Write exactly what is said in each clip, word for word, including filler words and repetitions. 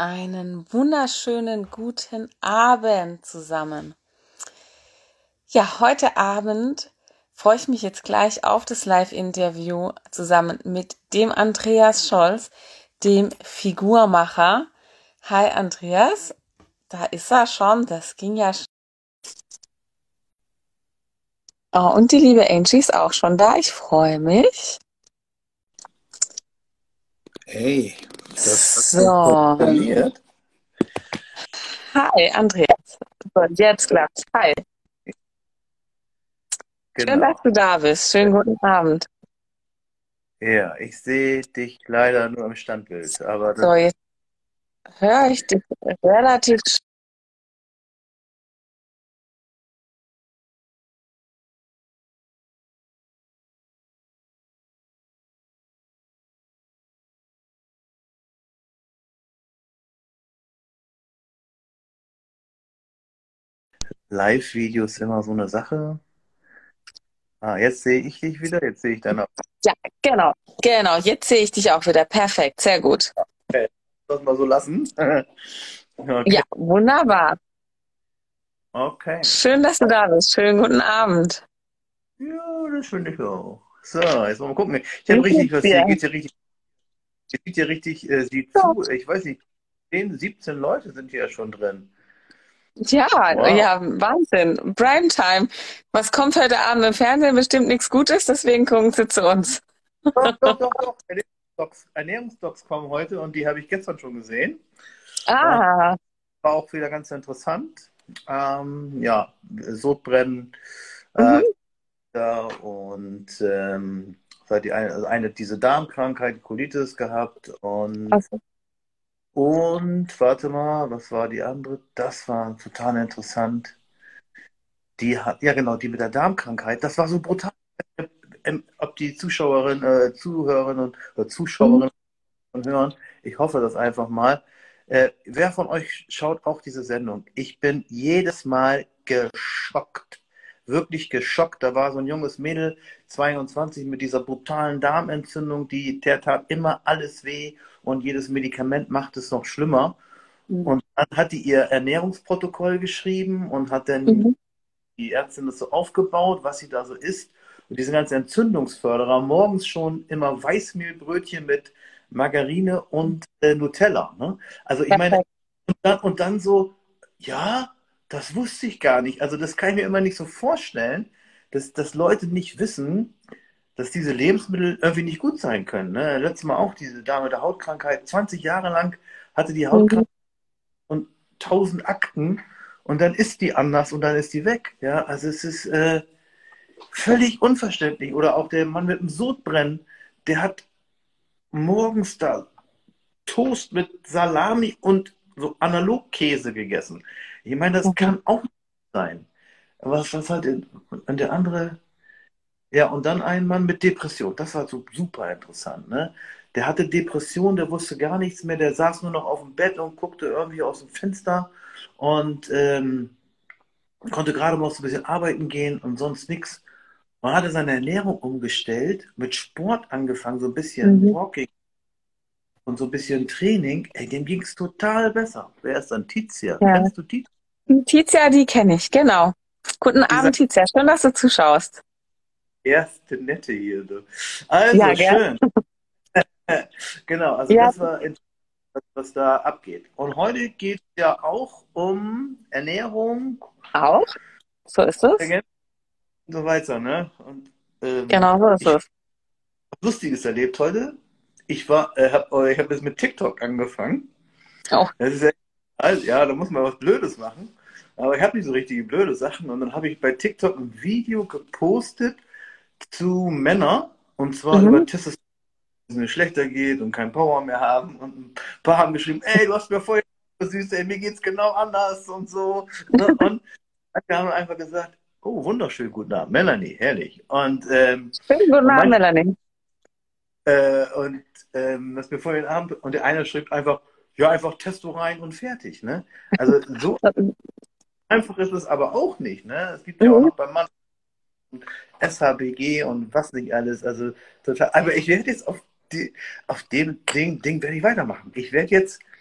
Einen wunderschönen guten Abend zusammen. Ja, heute Abend freue ich mich jetzt gleich auf das Live-Interview zusammen mit dem Andreas Scholz, dem Figurmacher. Hi Andreas, da ist er schon, das ging ja schon. Oh, und die liebe Angie ist auch schon da, ich freue mich. Hey, das hat So, funktioniert. hi Andreas. So, jetzt klappt's. Hi, schön, dass Genau. du da bist. Schönen guten Abend. Ja, ich sehe dich leider nur im Standbild, aber das So, jetzt höre ich dich relativ. Live-Video ist immer so eine Sache. Ah, jetzt sehe ich dich wieder, jetzt sehe ich deine. Ja, genau, genau. Jetzt sehe ich dich auch wieder. Perfekt, sehr gut. Okay, das mal so lassen. Ja, Okay, wunderbar. okay. Schön, dass du da bist. Schönen guten Abend. Ja, das finde ich auch. So, jetzt wollen wir gucken. Ich Wie habe richtig geht's was hier. dir? Geht hier richtig, geht hier richtig äh, sieht Ja, zu. Ich weiß nicht, zehn, siebzehn Leute sind hier ja schon drin. ja, Wow. ja, Wahnsinn. Primetime. Was kommt heute Abend im Fernsehen? Bestimmt nichts Gutes, deswegen gucken sie zu uns. Doch, doch, doch, doch. Ernährungsdocs, Ernährungsdocs kommen heute und die habe ich gestern schon gesehen. Und Ah, war auch wieder ganz interessant. Ähm, ja, Sodbrennen äh, mhm. da und ähm, hat die eine, also eine diese Darmkrankheit, Colitis gehabt und Also, und warte mal, was war die andere? Das war total interessant. Die hat, ja genau, die mit der Darmkrankheit, das war so brutal. Ähm, Ob die Zuschauerin, äh, Zuhörerinnen und oder mhm. Zuschauerinnen und hören, ich hoffe das einfach mal. Äh, wer von euch schaut auch diese Sendung? Ich bin jedes Mal geschockt. Wirklich geschockt. Da war so ein junges Mädel, zweiundzwanzig, mit dieser brutalen Darmentzündung, die, der tat immer alles weh und jedes Medikament macht es noch schlimmer. Und dann hat die ihr Ernährungsprotokoll geschrieben und hat dann Mhm. die Ärztin das so aufgebaut, was sie da so isst. Und diese ganzen Entzündungsförderer, morgens schon immer Weißmehlbrötchen mit Margarine und äh, Nutella. Ne? Also ich meine, Perfekt. und dann, und dann so, ja, das wusste ich gar nicht. Also das kann ich mir immer nicht so vorstellen, dass, dass Leute nicht wissen, dass diese Lebensmittel irgendwie nicht gut sein können. Ne? Letztes Mal auch diese Dame mit der Hautkrankheit, zwanzig Jahre lang hatte die Mhm. Hautkrankheit und tausend Akten und dann ist die anders und dann ist die weg. Ja, also es ist äh, völlig unverständlich. Oder auch der Mann mit dem Sodbrennen, der hat morgens da Toast mit Salami und so Analogkäse gegessen. Ich meine, das Mhm. kann auch nicht sein. Was, was halt in, und der andere, ja, und dann ein Mann mit Depression. Das war so super interessant, ne? Der hatte Depression, der wusste gar nichts mehr, der saß nur noch auf dem Bett und guckte irgendwie aus dem Fenster und ähm, konnte gerade mal so ein bisschen arbeiten gehen und sonst nichts. Man hatte seine Ernährung umgestellt, mit Sport angefangen, so ein bisschen Mhm. Walking und so ein bisschen Training. Ey, dem ging es total besser. Wer ist dann Tizia? Ja. Kennst du Tizia? Tizia, die kenne ich, genau. Guten Dieser Abend, Tizia. Schön, dass du zuschaust. erste Nette hier. Du. Ja, Also, gell? schön. Genau, also Ja, das war interessant, was da abgeht. Und heute geht es ja auch um Ernährung, auch. So ist es. Ergänzung und so weiter. Ne? Und ähm, Genau so ist ich habe es. was Lustiges erlebt heute. Ich war, äh, hab, äh, ich habe jetzt mit TikTok angefangen. Oh. Das ist echt, also, ja, da muss man was Blödes machen. Aber ich habe nicht so richtige blöde Sachen. Und dann habe ich bei TikTok ein Video gepostet zu Männern. Und zwar über Mhm. Testosteron, dass es mir schlechter geht und keinen Power mehr haben. Und ein paar haben geschrieben, ey, du hast mir vorher süß, ey, mir geht's genau anders und so. Ne? Und wir haben einfach gesagt, oh, wunderschön, guten Abend, Melanie, herrlich. Und, ähm, Schönen guten und Abend, manche, Melanie. äh, und ähm, das mir vorhin Abend, und der eine schrieb einfach, ja, einfach Testo rein und fertig, ne? Also so einfach ist es aber auch nicht, ne? Es gibt ja auch Mhm. noch beim Mann S H B G und was nicht alles, also total. Aber ich werde jetzt auf die, auf dem Ding, Ding werde ich weitermachen. Ich werde jetzt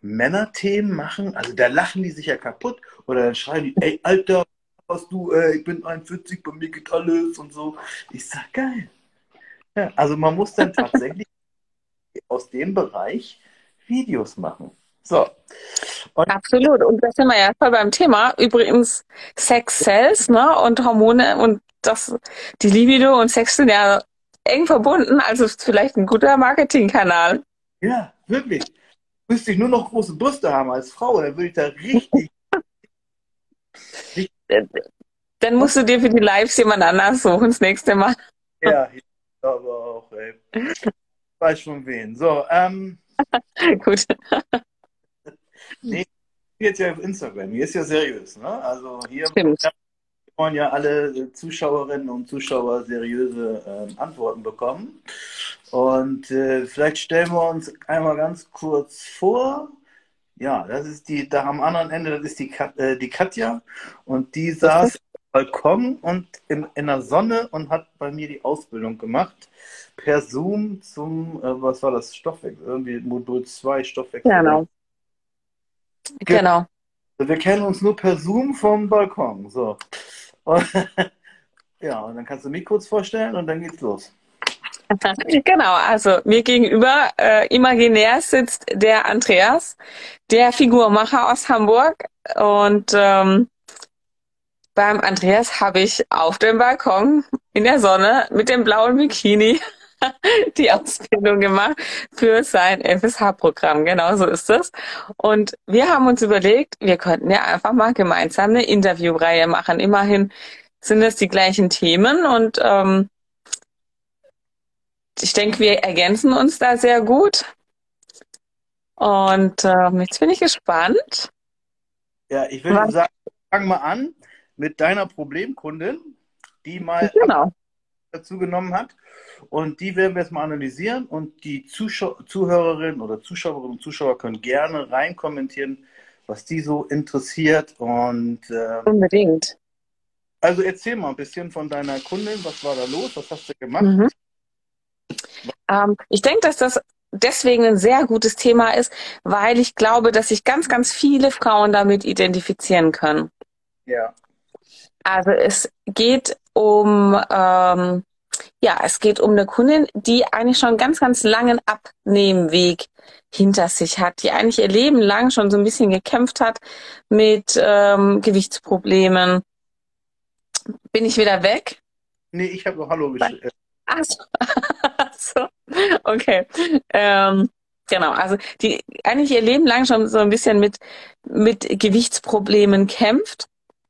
Männerthemen machen, also da lachen die sich ja kaputt oder dann schreien die, ey, Alter, was du, äh, ich bin einundvierzig, bei mir geht alles und so. Ich sag, geil. Ja, also man muss dann tatsächlich aus dem Bereich Videos machen. So. Und Absolut. Und da sind wir ja voll beim Thema. Übrigens Sex Cells, ne? Und Hormone und das, die Libido und Sex sind ja eng verbunden. Also ist vielleicht ein guter Marketingkanal. ja, wirklich. Müsste ich nur noch große Brüste haben als Frau, dann würde ich da richtig, richtig, Dann musst du dir für die Lives jemand anders suchen das nächste Mal. ja, ich glaube auch, ey. Ich weiß schon wen. So, ähm, Gut. nee, ich bin jetzt ja auf Instagram. Hier ist ja seriös, ne? Also hier Stimmt. wollen ja alle Zuschauerinnen und Zuschauer seriöse ähm, Antworten bekommen. Und äh, vielleicht stellen wir uns einmal ganz kurz vor. Ja, das ist die, da am anderen Ende, das ist die, Kat, äh, die Katja. Und die saß am Balkon und in, in der Sonne und hat bei mir die Ausbildung gemacht. Per Zoom zum, äh, was war das, Stoffwechsel? Irgendwie Modul zwei Stoffwechsel. Genau. Genau. Wir kennen uns nur per Zoom vom Balkon. So. Und, ja, und dann kannst du mich kurz vorstellen und dann geht's los. Genau, also mir gegenüber äh, imaginär sitzt der Andreas, der Figurmacher aus Hamburg. Und ähm, beim Andreas habe ich auf dem Balkon in der Sonne mit dem blauen Bikini die Ausbildung gemacht für sein F S H-Programm. Genau so ist es. Und wir haben uns überlegt, wir könnten ja einfach mal gemeinsam eine Interviewreihe machen. Immerhin sind es die gleichen Themen und ähm, ich denke, wir ergänzen uns da sehr gut. Und ähm, jetzt bin ich gespannt. Ja, ich würde Was, sagen, fang mal an mit deiner Problemkundin, die mal ab genau. dazu genommen hat. Und die werden wir jetzt mal analysieren. Und die Zuschau Zuhörerinnen oder Zuschauerinnen und Zuschauer können gerne rein kommentieren, was die so interessiert. Und ähm, Unbedingt. also erzähl mal ein bisschen von deiner Kundin. Was war da los? Was hast du gemacht? Mhm. Ähm, ich denke, dass das deswegen ein sehr gutes Thema ist, weil ich glaube, dass sich ganz, ganz viele Frauen damit identifizieren können. Ja. Also es geht um, ähm, ja, es geht um eine Kundin, die eigentlich schon einen ganz, ganz langen Abnehmweg hinter sich hat, die eigentlich ihr Leben lang schon so ein bisschen gekämpft hat mit ähm, Gewichtsproblemen. Bin ich wieder weg? Nee, ich habe noch Hallo geschrieben. Ach so. Ach so. Okay. Ähm, genau, also die eigentlich ihr Leben lang schon so ein bisschen mit, mit Gewichtsproblemen kämpft.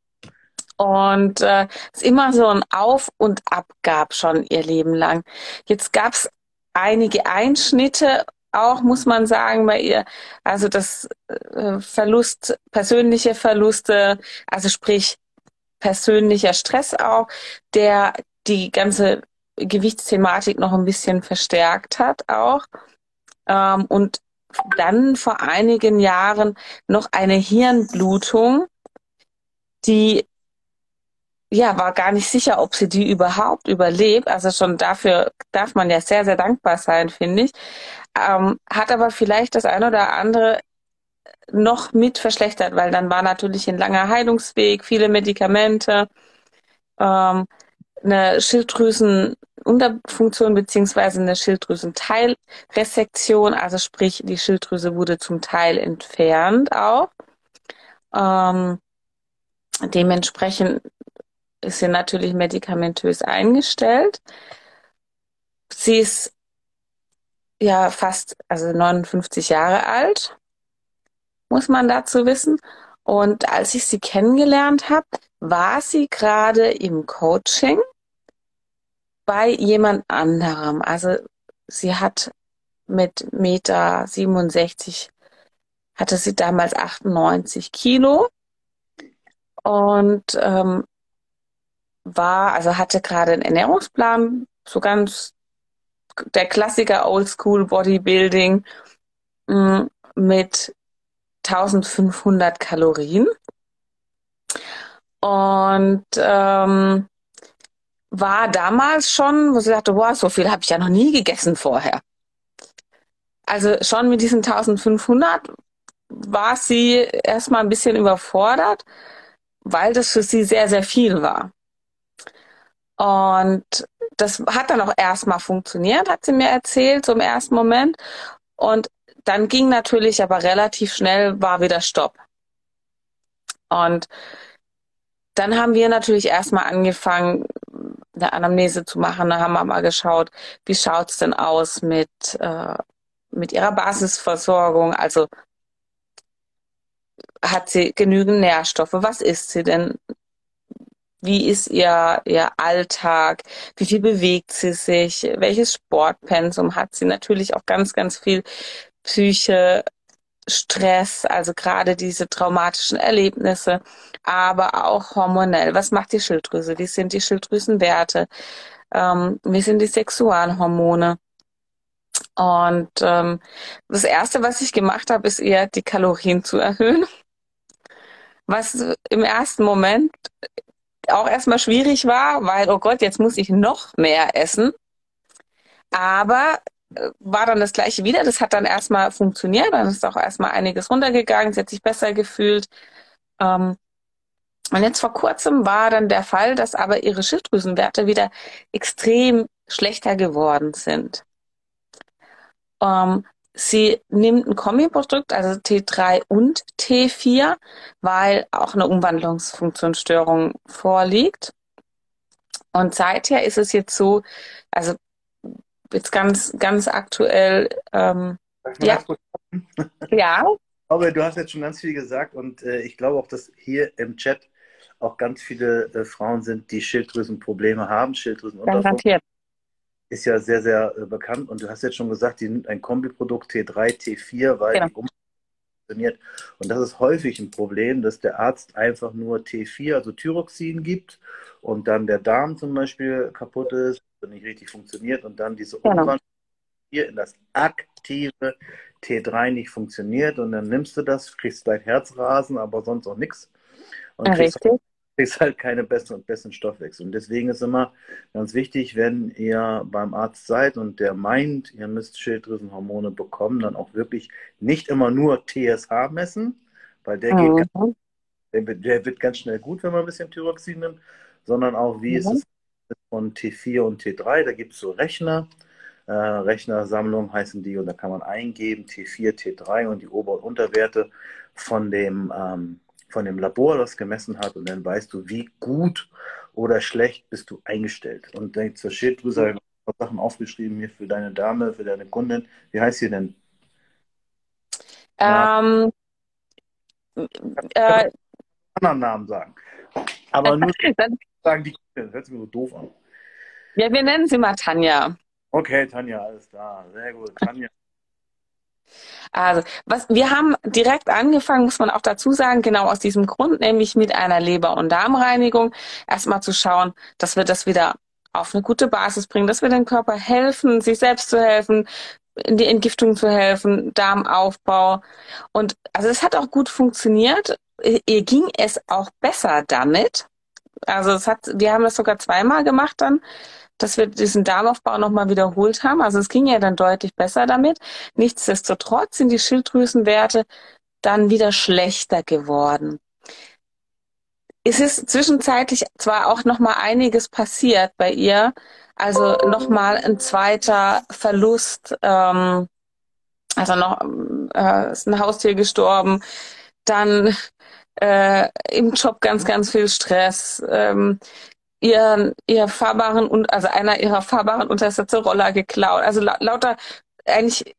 Und äh, es immer so ein Auf und Ab gab schon ihr Leben lang. Jetzt gab es einige Einschnitte, auch muss man sagen, bei ihr. Also das äh, Verlust, persönliche Verluste, also sprich persönlicher Stress auch, der die ganze Gewichtsthematik noch ein bisschen verstärkt hat auch. Ähm, und dann vor einigen Jahren noch eine Hirnblutung, die ja, war gar nicht sicher, ob sie die überhaupt überlebt. Also schon dafür darf man ja sehr, sehr dankbar sein, finde ich. Ähm, hat aber vielleicht das eine oder andere noch mit verschlechtert, weil dann war natürlich ein langer Heilungsweg, viele Medikamente, ähm, eine Schilddrüsenunterfunktion beziehungsweise eine Schilddrüsenteilresektion, also sprich, die Schilddrüse wurde zum Teil entfernt auch. Ähm, dementsprechend ist sie natürlich medikamentös eingestellt. Sie ist ja fast, also neunundfünfzig Jahre alt, muss man dazu wissen. Und als ich sie kennengelernt habe, war sie gerade im Coaching bei jemand anderem. Also sie hat mit Meter siebenundsechzig, hatte sie damals achtundneunzig Kilo und ähm, war, also hatte gerade einen Ernährungsplan, so ganz der Klassiker Oldschool Bodybuilding mh, mit eintausendfünfhundert Kalorien und ähm, war damals schon, wo sie sagte, boah, so viel habe ich ja noch nie gegessen vorher. Also schon mit diesen eintausendfünfhundert war sie erstmal ein bisschen überfordert, weil das für sie sehr, sehr viel war. Und das hat dann auch erstmal funktioniert, hat sie mir erzählt, so im ersten Moment. Und dann ging natürlich aber relativ schnell, war wieder Stopp. Und dann haben wir natürlich erstmal angefangen, eine Anamnese zu machen. Da haben wir mal geschaut, wie schaut's denn aus mit, äh, mit ihrer Basisversorgung? Also hat sie genügend Nährstoffe? Was isst sie denn? Wie ist ihr, ihr Alltag? Wie viel bewegt sie sich? Welches Sportpensum hat sie? Natürlich auch ganz, ganz viel Psyche, Stress, also gerade diese traumatischen Erlebnisse, aber auch hormonell. Was macht die Schilddrüse? Wie sind die Schilddrüsenwerte? Ähm, wie sind die Sexualhormone? Und ähm, das Erste, was ich gemacht habe, ist eher die Kalorien zu erhöhen, was im ersten Moment auch erstmal schwierig war, weil, oh Gott, jetzt muss ich noch mehr essen. Aber äh, war dann das Gleiche wieder. Das hat dann erstmal funktioniert. Dann ist auch erstmal einiges runtergegangen. Sie hat sich besser gefühlt. Ähm, und jetzt vor kurzem war dann der Fall, dass aber ihre Schilddrüsenwerte wieder extrem schlechter geworden sind. Ähm, sie nimmt ein Kombiprodukt, also T drei und T vier, weil auch eine Umwandlungsfunktionsstörung vorliegt. Und seither ist es jetzt so, also jetzt ganz, ganz aktuell, ähm, Darf ich mal ja, ganz kurz? ja, Aber du hast jetzt schon ganz viel gesagt und äh, ich glaube auch, dass hier im Chat auch ganz viele äh, Frauen sind, die Schilddrüsenprobleme haben. Schilddrüsenunterfunktion garantiert, ist ja sehr, sehr äh, bekannt und du hast jetzt schon gesagt, die nimmt ein Kombiprodukt T drei, T vier, weil genau, die funktioniert. Und das ist häufig ein Problem, dass der Arzt einfach nur T vier, also Thyroxin gibt und dann der Darm zum Beispiel kaputt ist, nicht richtig funktioniert und dann diese genau, Umwandlung hier in das aktive T drei nicht funktioniert und dann nimmst du das, kriegst gleich Herzrasen, aber sonst auch nichts und kriegst, richtig, kriegst halt keine besseren, besseren Stoffwechsel. Und deswegen ist immer ganz wichtig, wenn ihr beim Arzt seid und der meint, ihr müsst Schilddrüsenhormone bekommen, dann auch wirklich nicht immer nur T S H messen, weil der geht, mhm. der wird, der wird ganz schnell gut, wenn man ein bisschen Thyroxin nimmt, sondern auch, wie ist Mhm. es von T vier und T drei, da gibt es so Rechner, äh, Rechnersammlung heißen die und da kann man eingeben T vier, T drei und die Ober- und Unterwerte von dem, ähm, von dem Labor, das gemessen hat und dann weißt du, wie gut oder schlecht bist du eingestellt. Und dann zur Schilddrüse habe ich noch Sachen aufgeschrieben hier für deine Dame, für deine Kundin. Wie heißt sie denn? Na, Ähm, ich kann auch äh, einen anderen Namen sagen. Aber nur dann, sagen die Kundin, hört sich mir so doof an. ja, wir nennen sie mal Tanja. Okay, Tanja, alles klar. Sehr gut. Tanja. Also, was, wir haben direkt angefangen, muss man auch dazu sagen, genau aus diesem Grund, nämlich mit einer Leber- und Darmreinigung, erstmal zu schauen, dass wir das wieder auf eine gute Basis bringen, dass wir dem Körper helfen, sich selbst zu helfen, in die Entgiftung zu helfen, Darmaufbau. Und also es hat auch gut funktioniert. Ihr ging es auch besser damit. Also es hat, wir haben das sogar zweimal gemacht dann, dass wir diesen Darmaufbau nochmal wiederholt haben. Also es ging ja dann deutlich besser damit. Nichtsdestotrotz sind die Schilddrüsenwerte dann wieder schlechter geworden. Es ist zwischenzeitlich zwar auch nochmal einiges passiert bei ihr, also nochmal ein zweiter Verlust, ähm, also noch äh, ist ein Haustier gestorben, dann äh, im Job ganz, ganz viel Stress, ähm, ihr, ihr fahrbaren und also einer ihrer fahrbaren Untersätze Roller geklaut. Also la lauter eigentlich,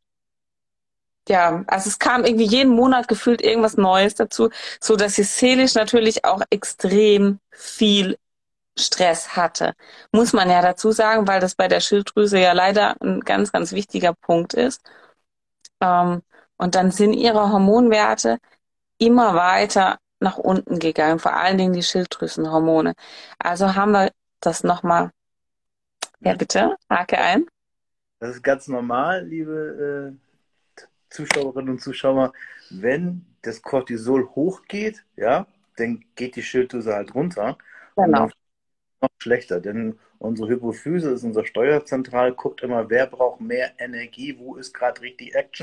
ja, also es kam irgendwie jeden Monat gefühlt irgendwas Neues dazu, so dass sie seelisch natürlich auch extrem viel Stress hatte. Muss man ja dazu sagen, weil das bei der Schilddrüse ja leider ein ganz, ganz wichtiger Punkt ist. Ähm, und dann sind ihre Hormonwerte immer weiter nach unten gegangen, vor allen Dingen die Schilddrüsenhormone. Also haben wir das nochmal. Ja, Hm? bitte, hake ein. Das ist ganz normal, liebe äh, Zuschauerinnen und Zuschauer. Wenn das Cortisol hochgeht, ja, dann geht die Schilddrüse halt runter und Genau. dann noch schlechter, denn unsere Hypophyse ist unser Steuerzentral, guckt immer, wer braucht mehr Energie, wo ist gerade richtig Action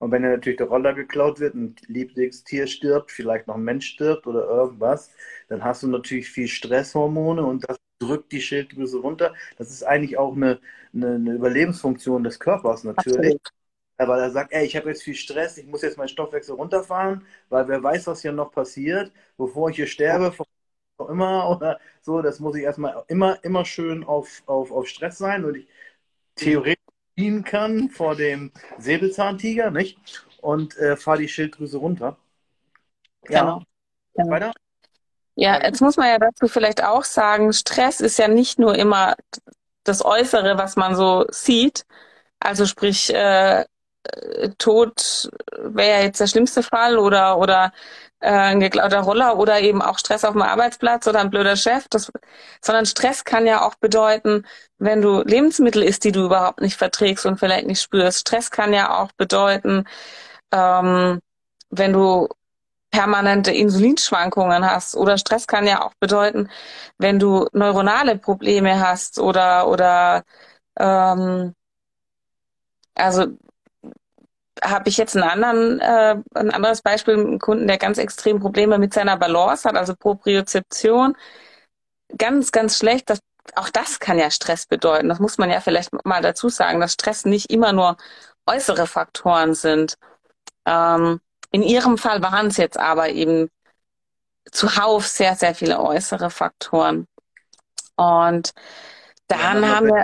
Und wenn dann natürlich der Roller geklaut wird, ein Lieblingstier stirbt, vielleicht noch ein Mensch stirbt oder irgendwas, dann hast du natürlich viel Stresshormone und das drückt die Schilddrüse runter. Das ist eigentlich auch eine, eine, eine Überlebensfunktion des Körpers natürlich. Absolut. Weil er sagt, ey, ich habe jetzt viel Stress, ich muss jetzt meinen Stoffwechsel runterfahren, weil wer weiß, was hier noch passiert, bevor ich hier sterbe, auch immer oder so, das muss ich erstmal immer, immer schön auf, auf, auf Stress sein und ich theoretisch fliehen kann vor dem Säbelzahntiger, nicht? Und äh, fahre die Schilddrüse runter. Ja, Genau. Genau. weiter? Ja, Frage? jetzt muss man ja dazu vielleicht auch sagen, Stress ist ja nicht nur immer das Äußere, was man so sieht. Also sprich, äh, Tod wäre ja jetzt der schlimmste Fall oder oder äh, ein geklauter Roller oder eben auch Stress auf dem Arbeitsplatz oder ein blöder Chef. Das, sondern Stress kann ja auch bedeuten, wenn du Lebensmittel isst, die du überhaupt nicht verträgst und vielleicht nicht spürst. Stress kann ja auch bedeuten, ähm, wenn du permanente Insulinschwankungen hast. Oder Stress kann ja auch bedeuten, wenn du neuronale Probleme hast oder oder ähm, also habe ich jetzt einen anderen, äh, ein anderes Beispiel mit einem Kunden, der ganz extrem Probleme mit seiner Balance hat, also Propriozeption. Ganz, ganz schlecht. Das, auch das kann ja Stress bedeuten. Das muss man ja vielleicht mal dazu sagen, dass Stress nicht immer nur äußere Faktoren sind. Ähm, in ihrem Fall waren es jetzt aber eben zuhauf sehr, sehr viele äußere Faktoren. Und Ja, dann manchmal haben bilden wir,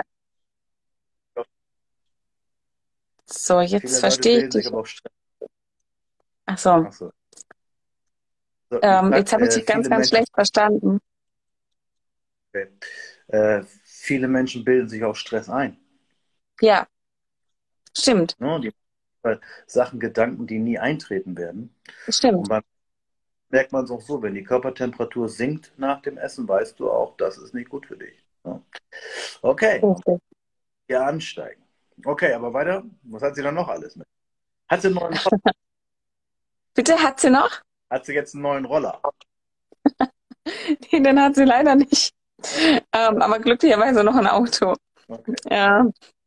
so, viele jetzt Leute verstehe ich bilden sich dich. aber auch Stress. Ach so, Achso. So, ich ähm, jetzt sag, habe ich äh, dich ganz, viele ganz Menschen, schlecht verstanden. okay, äh, viele Menschen bilden sich auch Stress ein. Ja, stimmt, Ne? Die äh, Sachen, Gedanken, die nie eintreten werden. Und stimmt. beim merkt man es auch so, wenn die Körpertemperatur sinkt nach dem Essen, weißt du auch, das ist nicht gut für dich. Ja. Okay, Richtig. hier ansteigen. Okay, aber weiter. Was hat sie dann noch alles mit? Hat sie, einen neuen Roller? Bitte, hat sie noch? Hat sie jetzt einen neuen Roller? Nee, den hat sie leider nicht. Okay, Ähm, aber glücklicherweise noch ein Auto. okay. Ja.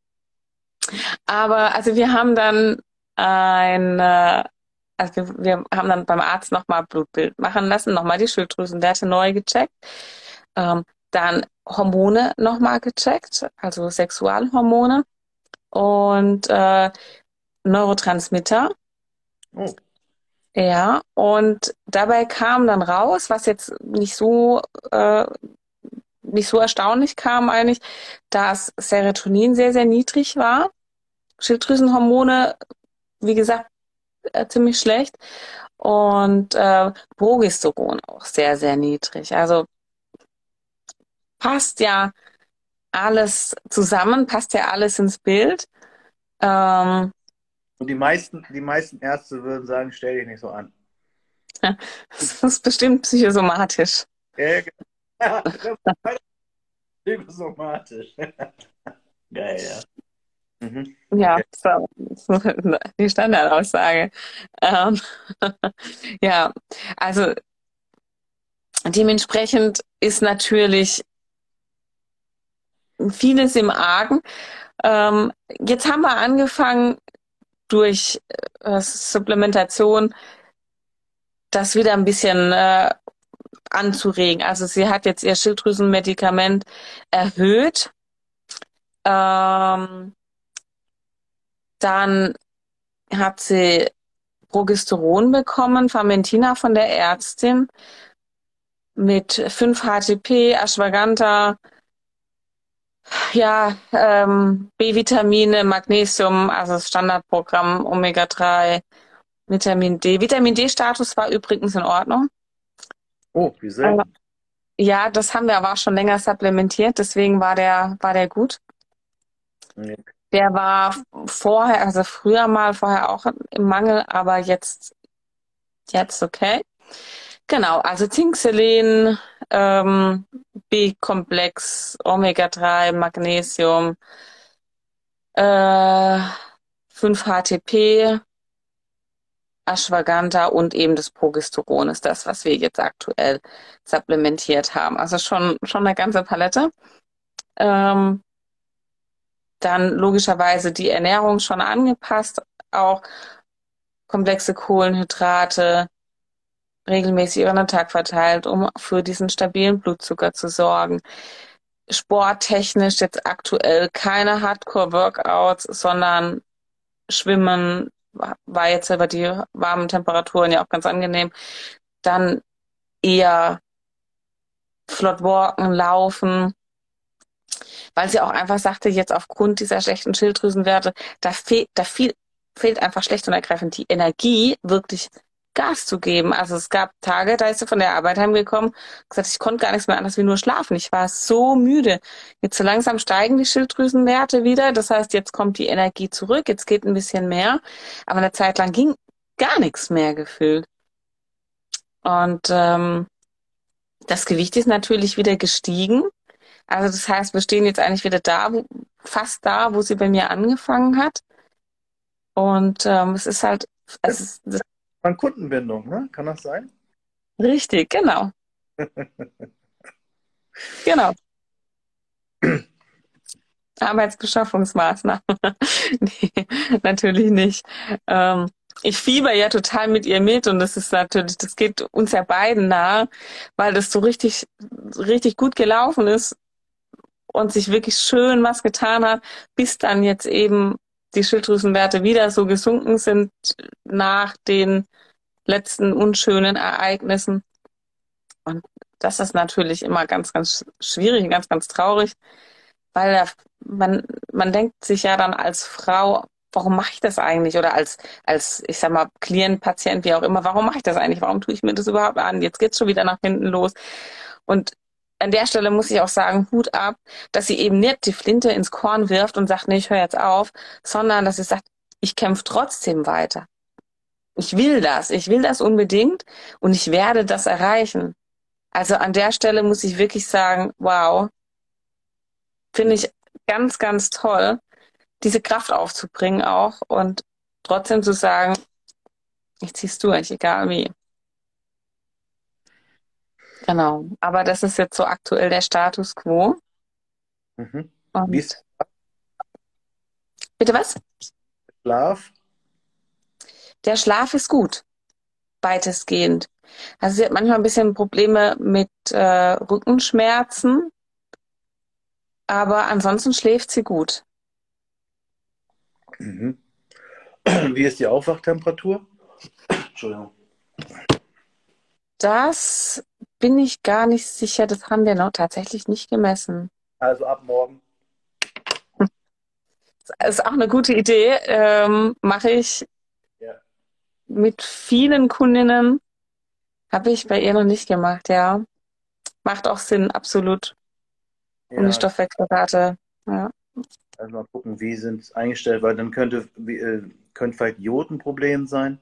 Aber also wir haben dann ein, äh, also wir, wir haben dann beim Arzt nochmal Blutbild machen lassen, nochmal die Schilddrüsenwerte neu gecheckt. Ähm, dann Hormone nochmal gecheckt, also Sexualhormone und äh, Neurotransmitter. Oh, Ja, und dabei kam dann raus, was jetzt nicht so äh, nicht so erstaunlich kam eigentlich, dass Serotonin sehr, sehr niedrig war. Schilddrüsenhormone, wie gesagt, äh, ziemlich schlecht. Und äh, Progesteron auch sehr, sehr niedrig. Also passt ja alles zusammen, passt ja alles ins Bild. Ähm, und die meisten, die meisten Ärzte würden sagen, stell dich nicht so an. das ist bestimmt psychosomatisch. Ja, genau. Das ist psychosomatisch. Geil, ja. Mhm. Ja, Okay. so, so die Standardaussage. Ähm, ja, also dementsprechend ist natürlich vieles im Argen. Ähm, jetzt haben wir angefangen, durch äh, Supplementation das wieder ein bisschen äh, anzuregen. Also sie hat jetzt ihr Schilddrüsenmedikament erhöht. Ähm, dann hat sie Progesteron bekommen, Famentina von der Ärztin mit fünf H T P, Ashwagandha, ja, ähm, B-Vitamine, Magnesium, also das Standardprogramm Omega drei, Vitamin D. Vitamin D-Status war übrigens in Ordnung. Oh, wie Äh, selten. ja, das haben wir aber auch schon länger supplementiert, deswegen war der, war der gut. Ja. Der war vorher, also früher mal, vorher auch im Mangel, aber jetzt, jetzt okay. Genau, also Zink, Selen, ähm, B-Komplex, Omega drei, Magnesium, äh, fünf H T P, Ashwagandha und eben das Progesteron ist das, was wir jetzt aktuell supplementiert haben. Also schon, schon eine ganze Palette. Ähm, dann logischerweise die Ernährung schon angepasst, auch komplexe Kohlenhydrate regelmäßig über den Tag verteilt, um für diesen stabilen Blutzucker zu sorgen. Sporttechnisch jetzt aktuell keine Hardcore-Workouts, sondern Schwimmen war jetzt über die warmen Temperaturen ja auch ganz angenehm. Dann eher flott walken, laufen, weil sie auch einfach sagte, jetzt aufgrund dieser schlechten Schilddrüsenwerte, da fehlt, da viel, fehlt einfach schlecht und ergreifend die Energie, wirklich Gas zu geben. Also es gab Tage, da ist sie von der Arbeit heimgekommen, gesagt, ich konnte gar nichts mehr anders wie nur schlafen. Ich war so müde. Jetzt so langsam steigen die Schilddrüsenwerte wieder. Das heißt, jetzt kommt die Energie zurück, jetzt geht ein bisschen mehr. Aber eine Zeit lang ging gar nichts mehr gefühlt. Und ähm, das Gewicht ist natürlich wieder gestiegen. Also das heißt, wir stehen jetzt eigentlich wieder da, wo, fast da, wo sie bei mir angefangen hat. Und ähm, es ist halt, es ist das An Kundenbindung, ne? Kann das sein? richtig, genau, genau. Arbeitsbeschaffungsmaßnahmen. Nee, natürlich nicht. Ähm, ich fieber ja total mit ihr mit und das ist natürlich, das geht uns ja beiden nahe, weil das so richtig, richtig gut gelaufen ist und sich wirklich schön was getan hat, bis dann jetzt eben die Schilddrüsenwerte wieder so gesunken sind nach den letzten unschönen Ereignissen. Und das ist natürlich immer ganz, ganz schwierig, ganz, ganz traurig, weil da, man, man denkt sich ja dann als Frau, warum mache ich das eigentlich? Oder als, als, ich sag mal, Klient, Patient, wie auch immer, warum mache ich das eigentlich? Warum tue ich mir das überhaupt an? Jetzt geht's schon wieder nach hinten los. Und an der Stelle muss ich auch sagen, Hut ab, dass sie eben nicht die Flinte ins Korn wirft und sagt, nee, ich höre jetzt auf, sondern dass sie sagt, ich kämpfe trotzdem weiter. Ich will das, ich will das unbedingt und ich werde das erreichen. Also an der Stelle muss ich wirklich sagen, wow, finde ich ganz, ganz toll, diese Kraft aufzubringen auch und trotzdem zu sagen, ich zieh's durch, egal wie. Genau. Aber das ist jetzt so aktuell der Status quo. Mhm. Wie ist Und bitte was? der Schlaf? Der Schlaf ist gut, weitestgehend. Also sie hat manchmal ein bisschen Probleme mit äh, Rückenschmerzen, aber ansonsten schläft sie gut. Mhm. Wie ist die Aufwachtemperatur? Entschuldigung. Das bin ich gar nicht sicher. Das haben wir noch tatsächlich nicht gemessen. Also ab morgen. Das ist auch eine gute Idee. Ähm, mache ich Ja. mit vielen Kundinnen. Habe ich bei ihr noch nicht gemacht, ja. Macht auch Sinn, absolut. Um die Ja, Stoffwechselrate. Ja. also mal gucken, wie sind es eingestellt, weil dann könnte, wie, äh, könnte vielleicht Jod ein Problem sein.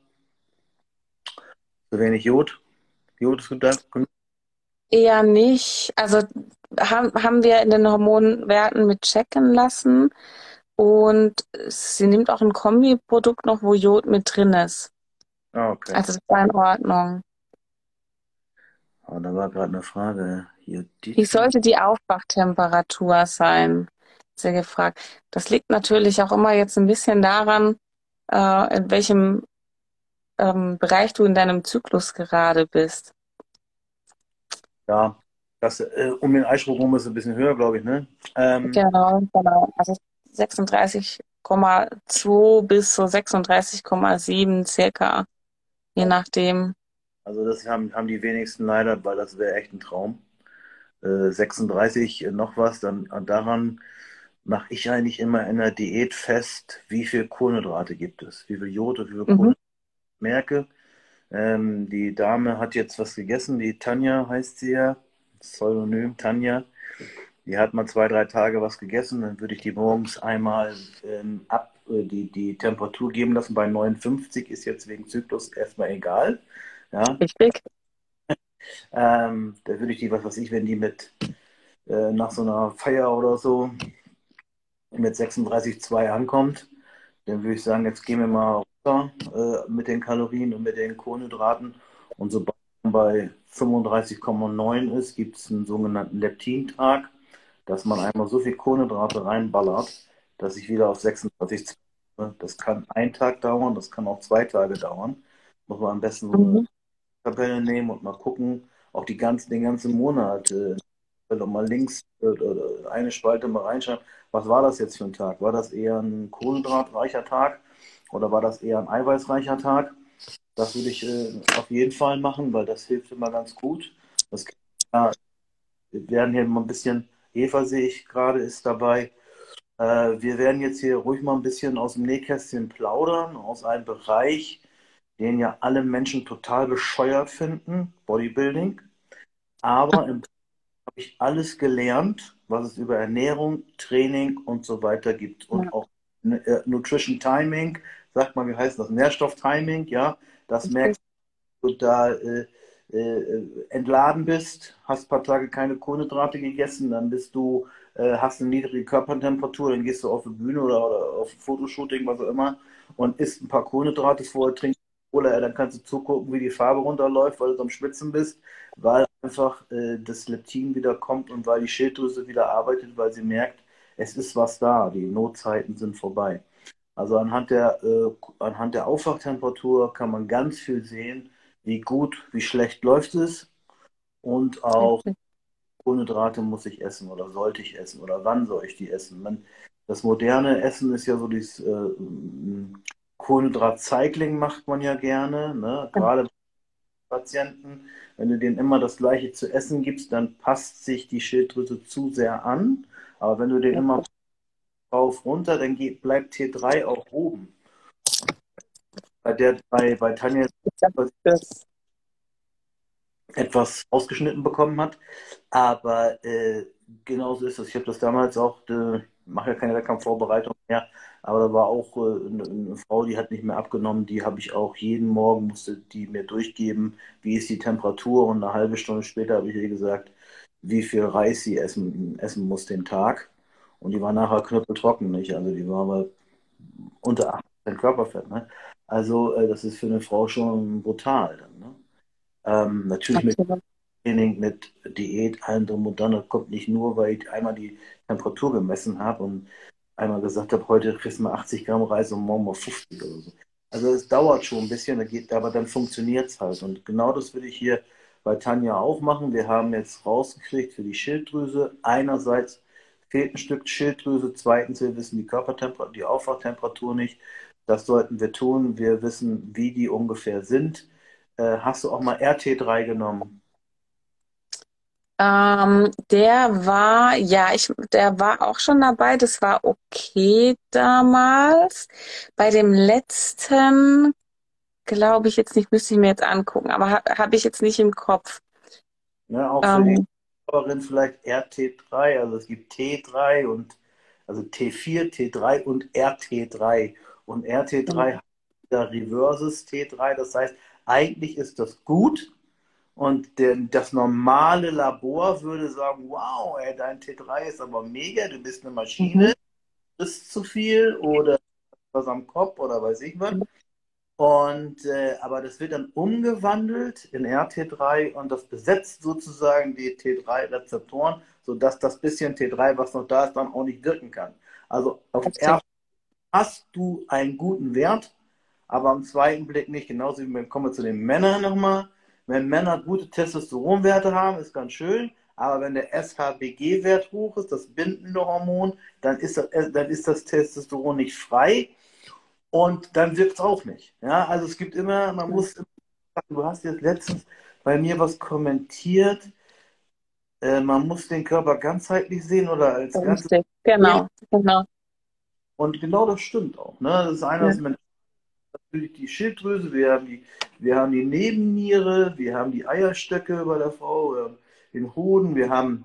Zu wenig Jod. Jod ist gedacht. Eher nicht. Also haben, haben wir in den Hormonwerten mit checken lassen. Und sie nimmt auch ein Kombiprodukt noch, wo Jod mit drin ist. Ah, okay. Also das war in Ordnung. Aber da war gerade eine Frage. Wie Jodid. sollte die Aufwachtemperatur sein? Sehr gefragt. Das liegt natürlich auch immer jetzt ein bisschen daran, äh, in welchem ähm, Bereich du in deinem Zyklus gerade bist. Ja, das äh, um den Eisprung rum ist ein bisschen höher, glaube ich, ne? Ähm, Genau, genau. Also sechsunddreißig Komma zwei bis so sechsunddreißig Komma sieben circa, je ja, nachdem. also das haben, haben die wenigsten leider, weil das wäre echt ein Traum. Äh, sechsunddreißig äh, noch was, dann äh, daran mache ich eigentlich immer in der Diät fest, wie viel Kohlenhydrate gibt es, wie viel Jod und wie viel Mhm. Kohlenhydrate ich merke. Ähm, die Dame hat jetzt was gegessen, die Tanja heißt sie ja, Pseudonym Tanja. Die hat mal zwei, drei Tage was gegessen, dann würde ich die morgens einmal ähm, ab, äh, die, die Temperatur geben lassen. Bei neunundfünfzig ist jetzt wegen Zyklus erstmal egal. Ja, Richtig. ähm, da würde ich die, was weiß ich, wenn die mit äh, nach so einer Feier oder so mit sechsunddreißig Komma zwei ankommt, dann würde ich sagen, jetzt gehen wir mal runter äh, mit den Kalorien und mit den Kohlenhydraten. Und sobald man bei fünfunddreißig Komma neun ist, gibt es einen sogenannten Leptintag, dass man einmal so viel Kohlenhydrate reinballert, dass ich wieder auf sechsunddreißig Komma zwei Das kann ein Tag dauern, das kann auch zwei Tage dauern. Muss man am besten so eine Mhm. Tabelle nehmen und mal gucken, auch die ganzen, den ganzen Monat, äh, noch mal links äh, äh, eine Spalte mal reinschauen. Was war das jetzt für ein Tag? War das eher ein kohlenhydratreicher Tag oder war das eher ein eiweißreicher Tag? Das würde ich äh, auf jeden Fall machen, weil das hilft immer ganz gut. Das, ja, wir werden hier mal ein bisschen, Eva sehe ich gerade, ist dabei. Äh, wir werden jetzt hier ruhig mal ein bisschen aus dem Nähkästchen plaudern, aus einem Bereich, den ja alle Menschen total bescheuert finden, Bodybuilding. Aber im Prinzip habe ich alles gelernt, was es über Ernährung, Training und so weiter gibt. Und Ja, auch äh, Nutrition Timing, sagt man, wie heißt das? Nährstofftiming, ja, das richtig. merkst du da. Äh, äh, entladen bist, hast ein paar Tage keine Kohlenhydrate gegessen, dann bist du, äh, hast eine niedrige Körpertemperatur, dann gehst du auf die Bühne oder, oder auf ein Fotoshooting, was auch immer, und isst ein paar Kohlenhydrate vorher, trinkst Cola, äh, dann kannst du zugucken, wie die Farbe runterläuft, weil du am Schwitzen bist, weil einfach äh, das Leptin wieder kommt und weil die Schilddrüse wieder arbeitet, weil sie merkt, es ist was da, die Notzeiten sind vorbei. Also anhand der, äh, anhand der Aufwachtemperatur kann man ganz viel sehen, wie gut, wie schlecht läuft es und auch Richtig. Kohlenhydrate muss ich essen oder sollte ich essen oder wann soll ich die essen. Man, das moderne Essen ist ja so dieses äh, Kohlenhydrat-Cycling macht man ja gerne, ne? Gerade bei Patienten, wenn du denen immer das Gleiche zu essen gibst, dann passt sich die Schilddrüse zu sehr an. Aber wenn du den immer rauf runter, dann geht, bleibt T drei auch oben. Bei der, bei, bei Tanja Das, etwas ausgeschnitten bekommen hat. Aber äh, genauso ist es. Ich habe das damals auch, äh, mache ja keine Wettkampfvorbereitung mehr, aber da war auch äh, eine, eine Frau, die hat nicht mehr abgenommen, die habe ich auch jeden Morgen, musste die mir durchgeben, wie ist die Temperatur, und eine halbe Stunde später habe ich ihr gesagt, wie viel Reis sie essen, essen muss den Tag. Und die war nachher knüppeltrocken, nicht? Also die war aber unter acht Prozent Körperfett. Ne? Also äh, das ist für eine Frau schon brutal. Dann, ne? Ähm, natürlich mit absolut. Training, mit Diät, allem drum und dran. Das kommt nicht nur, weil ich einmal die Temperatur gemessen habe und einmal gesagt habe, heute kriegst du mal achtzig Gramm Reis und morgen mal fünfzig oder so. Also es dauert schon ein bisschen, da geht, aber dann funktioniert es halt. Und genau das will ich hier bei Tanja auch machen. Wir haben jetzt rausgekriegt für die Schilddrüse. Einerseits fehlt ein Stück Schilddrüse, zweitens wir wissen die Körpertemperatur, die Aufwachtemperatur nicht. Das sollten wir tun. Wir wissen, wie die ungefähr sind. Äh, hast du auch mal R T drei genommen? Ähm, der war, ja, ich, der war auch schon dabei. Das war okay damals. Bei dem letzten glaube ich jetzt nicht, müsste ich mir jetzt angucken, aber ha, habe ich jetzt nicht im Kopf. Ne, auch für die Ähm, Hörerin vielleicht R T drei, also es gibt T drei und also T vier, T drei und R T drei. Und R T drei hat wieder Reverses T drei, das heißt, eigentlich ist das gut und der, das normale Labor würde sagen, wow, ey, dein T drei ist aber mega, du bist eine mhm. Maschine, isst zu viel oder was am Kopf oder weiß ich was. Und, äh, aber das wird dann umgewandelt in R T drei und das besetzt sozusagen die T drei Rezeptoren, sodass das bisschen T drei, was noch da ist, dann auch nicht wirken kann. Also auf den Heftig. ersten hast du einen guten Wert, aber am zweiten Blick nicht. Genauso wie wir kommen zu den Männern nochmal. Wenn Männer gute Testosteronwerte haben, ist ganz schön, aber wenn der S H B G-Wert hoch ist, das bindende Hormon, dann ist das, dann ist das Testosteron nicht frei und dann wirkt es auch nicht. Ja, also es gibt immer, man muss, du hast jetzt letztens bei mir was kommentiert, äh, man muss den Körper ganzheitlich sehen oder als ganzes Richtig. System. Genau, genau. Und genau das stimmt auch. Ne? Das ist einer, Ja. das ist natürlich die Schilddrüse, wir haben die, wir haben die Nebenniere, wir haben die Eierstöcke bei der Frau, wir haben den Hoden, wir haben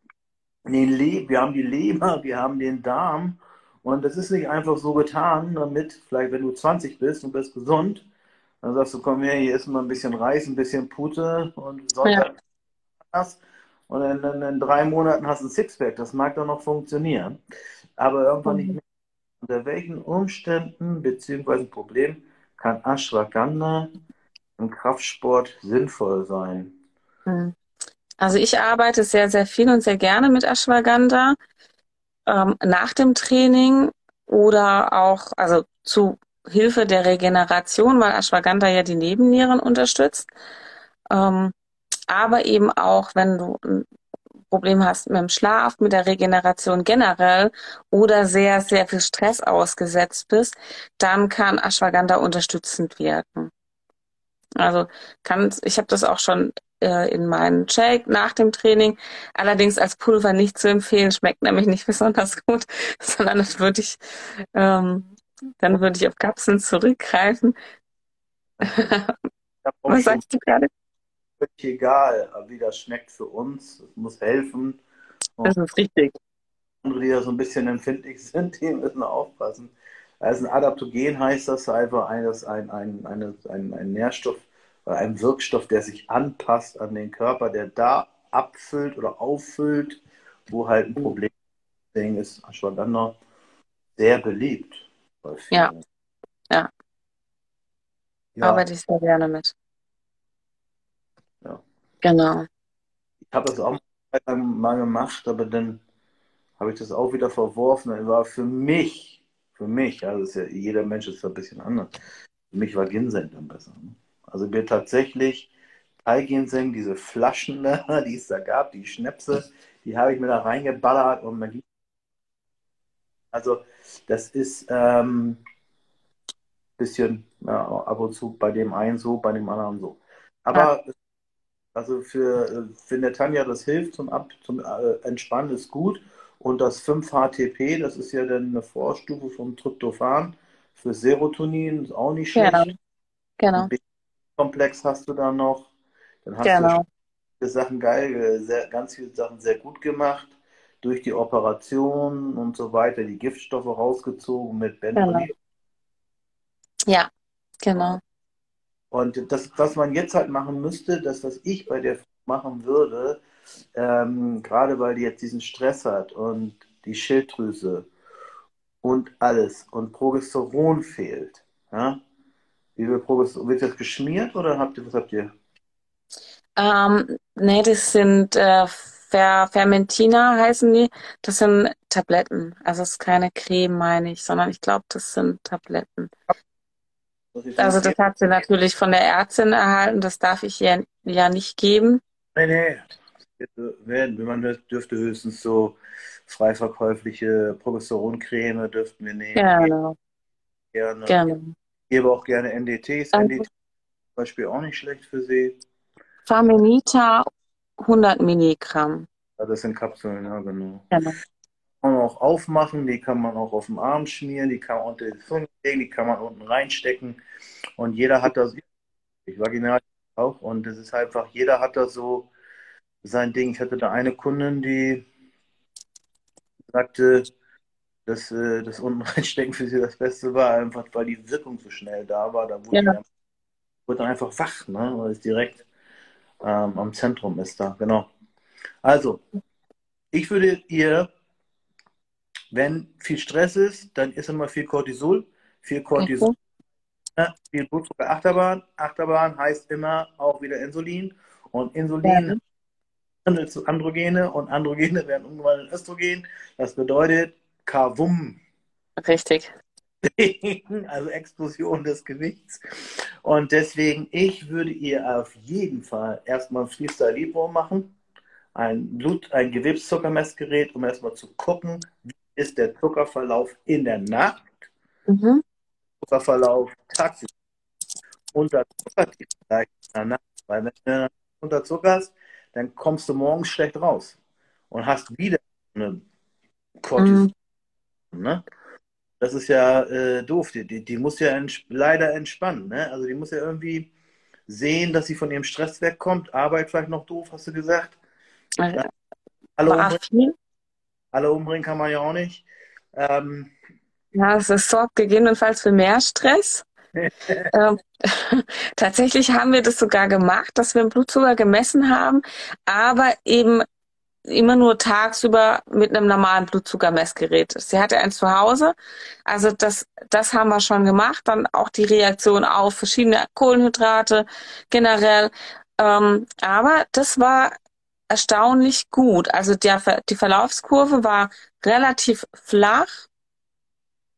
den Le wir haben die Leber, wir haben den Darm. Und das ist nicht einfach so getan, damit, vielleicht wenn du zwanzig bist und bist gesund, dann sagst du, komm her, hier ist mal ein bisschen Reis, ein bisschen Pute und Ja. Sonntag hast und in, in, in drei Monaten hast du ein Sixpack. Das mag doch noch funktionieren, aber irgendwann nicht Mhm. mehr. Unter welchen Umständen bzw. Problem kann Ashwagandha im Kraftsport sinnvoll sein? Mhm. Also ich arbeite sehr, sehr viel und sehr gerne mit Ashwagandha ähm, nach dem Training oder auch, also zu Hilfe der Regeneration, weil Ashwagandha ja die Nebennieren unterstützt. Ähm, aber eben auch, wenn du ein Problem hast mit dem Schlaf, mit der Regeneration generell oder sehr, sehr viel Stress ausgesetzt bist, dann kann Ashwagandha unterstützend wirken. Also kann, ich habe das auch schon äh, in meinen Shake nach dem Training, allerdings als Pulver nicht zu empfehlen, schmeckt nämlich nicht besonders gut, sondern das würde ich, ähm, dann würde ich auf Kapseln zurückgreifen. Ich habe auch Was schon sagst du gerade? völlig egal, wie das schmeckt für uns. Es muss helfen. Und Das ist richtig. andere, die da so ein bisschen empfindlich sind, die müssen aufpassen. Also ein Adaptogen heißt das einfach ein, das ein, ein, eine, ein, ein Nährstoff oder ein Wirkstoff, der sich anpasst an den Körper, der da abfüllt oder auffüllt, wo halt ein Problem ist. Deswegen ist Ashwagandha sehr beliebt bei Ja, vielen. ja, Ja, arbeite ich sehr gerne mit. ja. Genau. Ich habe das auch mal gemacht, aber dann habe ich das auch wieder verworfen. Dann war für mich, für mich, also ist ja, jeder Mensch ist ja ein bisschen anders. Für mich war Ginseng dann besser. Ne? Also mir tatsächlich Thai-Ginseng, diese Flaschen, da, die es da gab, die Schnäpse, die habe ich mir da reingeballert und man, also das ist ähm, ein bisschen ja, ab und zu bei dem einen so, bei dem anderen so. Ja, Aber also für, für Netanya, das hilft zum, Ab, zum äh, Entspannen, ist gut. Und das fünf H T P, das ist ja dann eine Vorstufe vom Tryptophan für Serotonin, ist auch nicht genau, schlecht. Ein genau, B-Komplex hast du da noch. Dann hast du ja genau, viele Sachen geil, äh, sehr, ganz viele Sachen sehr gut gemacht. Durch die Operation und so weiter, die Giftstoffe rausgezogen mit genau. Bentonit. Ja, genau. Und das, was man jetzt halt machen müsste, das, was ich bei der machen würde, ähm, gerade weil die jetzt diesen Stress hat und die Schilddrüse und alles und Progesteron fehlt. Ja? Wie viel Progesteron? Wird das geschmiert oder habt ihr, was habt ihr? Ähm, nee, das sind äh, Fer Fermentina heißen die. Das sind Tabletten. Also es ist keine Creme, meine ich, sondern ich glaube, das sind Tabletten. Was ich Also sonst das hier? hat sie natürlich von der Ärztin erhalten. Das darf ich ihr ja nicht geben. Nee, nee. Werden, wenn man das dürfte höchstens so frei verkäufliche Progesteroncreme dürften wir nehmen. Geht Genau, gerne. genau. Ich gebe auch gerne N D Ts. Also N D T zum Beispiel auch nicht schlecht für Sie. Farmenita hundert Milligramm. Ja, das sind Kapseln, ja, genau. Genau. Kann man auch aufmachen, die kann man auch auf den Arm schmieren, die kann man unter die Zunge legen, die kann man unten reinstecken. Und jeder hat das, ich vaginal auch, und es ist einfach, jeder hat da so sein Ding. Ich hatte da eine Kundin, die sagte, dass äh, das unten reinstecken für sie das Beste war, einfach weil die Wirkung so schnell da war. Da wurde Ja. die dann, wurde dann einfach wach, ne? Weil es direkt ähm, am Zentrum ist da, genau. Also, ich würde ihr, wenn viel Stress ist, dann ist immer viel Cortisol. Viel Cortisol, Okay. ne? Viel Blutzucker, Achterbahn. Achterbahn heißt immer auch wieder Insulin. Und Insulin Ja, handelt zu Androgene und Androgene werden umgewandelt in Östrogen. Das bedeutet Kavum. richtig. Also Explosion des Gewichts. Und deswegen, ich würde ihr auf jeden Fall erstmal ein Freestyle Libre machen, ein Blut, ein Gewebszuckermessgerät, um erstmal zu gucken, wie ist der Zuckerverlauf in der Nacht, Mhm. Zuckerverlauf tagsüber, unterzuckert vielleicht in der Nacht, weil wenn du unterzuckerst, dann kommst du morgens schlecht raus und hast wieder eine Cortisol, Mhm. ne? Das ist ja äh, doof. Die, die, die muss ja ents leider entspannen. Ne? Also die muss ja irgendwie sehen, dass sie von ihrem Stress wegkommt. Arbeit vielleicht noch doof, hast du gesagt. Äh, Alle War umbringen, viel. alle umbringen kann man ja auch nicht. Ähm, Ja, es ist- sorgt gegebenenfalls für mehr Stress. Ähm, tatsächlich haben wir das sogar gemacht, dass wir den Blutzucker gemessen haben, aber eben immer nur tagsüber mit einem normalen Blutzuckermessgerät. Sie hatte eins zu Hause, also das, das haben wir schon gemacht. Dann auch die Reaktion auf verschiedene Kohlenhydrate generell. Ähm, aber das war erstaunlich gut. Also der, Ver- die Verlaufskurve war relativ flach.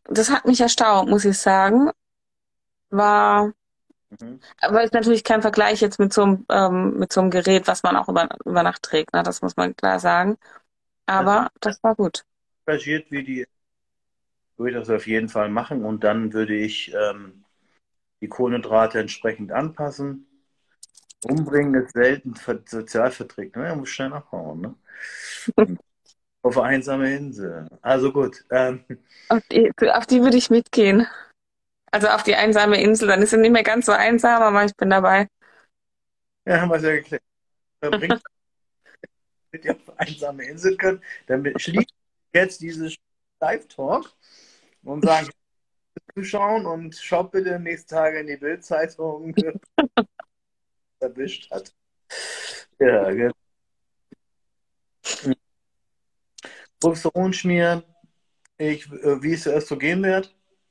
das hat mich erstaunt, muss ich sagen. War, Mhm. aber ist natürlich kein Vergleich jetzt mit so einem, ähm, mit so einem Gerät, was man auch über, über Nacht trägt, ne? Das muss man klar sagen. Das ist Aber das war gut. engagiert wie die, würde ich das auf jeden Fall machen und dann würde ich ähm, die Kohlenhydrate entsprechend anpassen. Umbringen ist selten ver- sozial verträglich, ne? Er muss schnell abhauen, ne? Auf eine einsame Insel. Also gut. Ähm, Auf die, auf die würde ich mitgehen. Also auf die einsame Insel, dann ist sie nicht mehr ganz so einsam, aber ich bin dabei. ja, haben wir es ja geklärt. Dann bringt mit ihr auf eine einsame Insel können. Dann schließen wir jetzt dieses Live-Talk und sagen, zuschauen und schaut bitte nächsten Tage in die Bild-Zeitung erwischt hat. Ja, genau. Progesteron schmieren. Ich, äh, wie ist der Östrogenwert?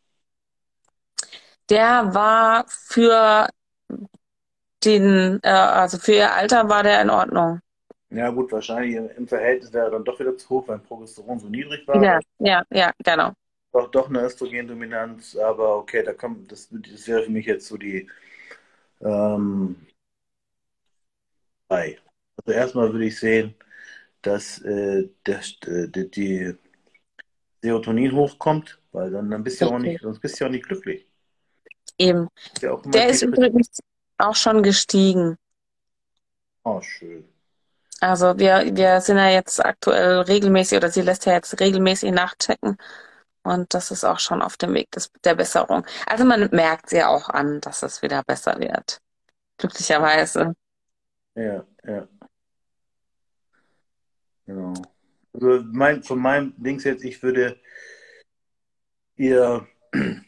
Der war für den, äh, also für ihr Alter war der in Ordnung. Ja, gut, wahrscheinlich im, im Verhältnis wäre er dann doch wieder zu hoch, wenn Progesteron so niedrig war. Ja, Aber ja, ja, genau. doch, doch eine Östrogendominanz. Aber okay, da kommt, das, das wäre für mich jetzt so die ähm, drei. Also erstmal würde ich sehen, dass äh, der, äh, die, die Serotonin hochkommt, weil dann, dann bist du ja auch Richtig. nicht, sonst bist du ja auch nicht glücklich. Eben. Ist ja auch immer Der ist depressiv. übrigens auch schon gestiegen. Oh, schön. Also wir, wir sind ja jetzt aktuell regelmäßig, oder sie lässt ja jetzt regelmäßig nachchecken. Und das ist auch schon auf dem Weg des, der Besserung. Also man merkt ja auch an, dass es wieder besser wird. Glücklicherweise. Ja, ja, genau. Also mein, von meinem Dings jetzt, ich würde ihr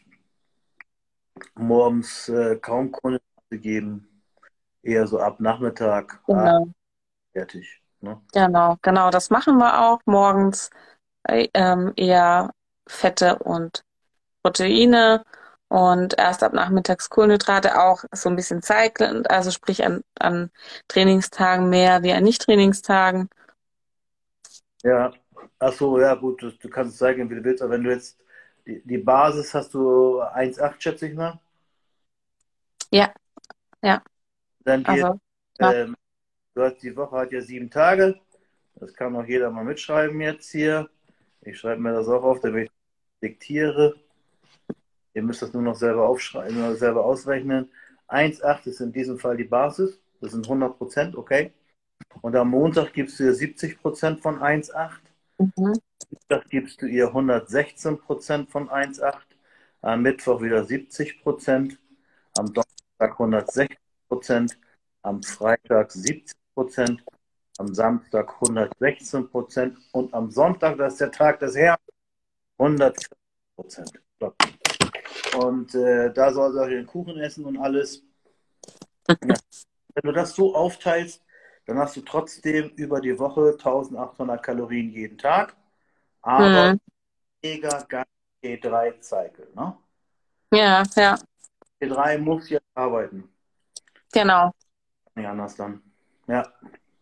morgens äh, kaum Kohlenhydrate geben, eher so ab Nachmittag, ah, Genau. fertig. Ne? Genau, genau. Das machen wir auch morgens. Äh, ähm, eher Fette und Proteine und erst ab nachmittags Kohlenhydrate, auch so ein bisschen cyclend, also sprich an, an Trainingstagen mehr wie an Nicht-Trainingstagen. Ja, ach so, ja gut, du, du kannst es zeigen, wie du willst, aber wenn du jetzt die, die Basis hast du eins Komma acht, schätze ich mal, Ja, ja, dann die, also knapp. ähm, du hast, die Woche hat ja sieben Tage, das kann auch jeder mal mitschreiben jetzt hier. Ich schreibe mir das auch auf, damit ich diktiere. Ihr müsst das nur noch selber aufschreiben, nur selber ausrechnen. eins Komma acht ist in diesem Fall die Basis, das sind hundert Prozent, okay. Und am Montag gibst du ihr siebzig Prozent von eins Komma acht. Mhm. Dienstag gibst du ihr hundertsechzehn Prozent von eins Komma acht. Am Mittwoch wieder siebzig Prozent. Am Donnerstag hundertsechzig Prozent. Am Freitag siebzig Prozent. Am Samstag hundertsechzehn Prozent. Und am Sonntag, das ist der Tag des Herrn, hundertvierzig Prozent. So. Und äh, da soll sie auch ihren Kuchen essen und alles. Ja. Wenn du das so aufteilst, dann hast du trotzdem über die Woche eintausendachthundert Kalorien jeden Tag, aber Mhm. mega geil T drei Cycle. Ne? Ja, ja, T drei muss jetzt arbeiten. genau. Nicht anders dann. Ja,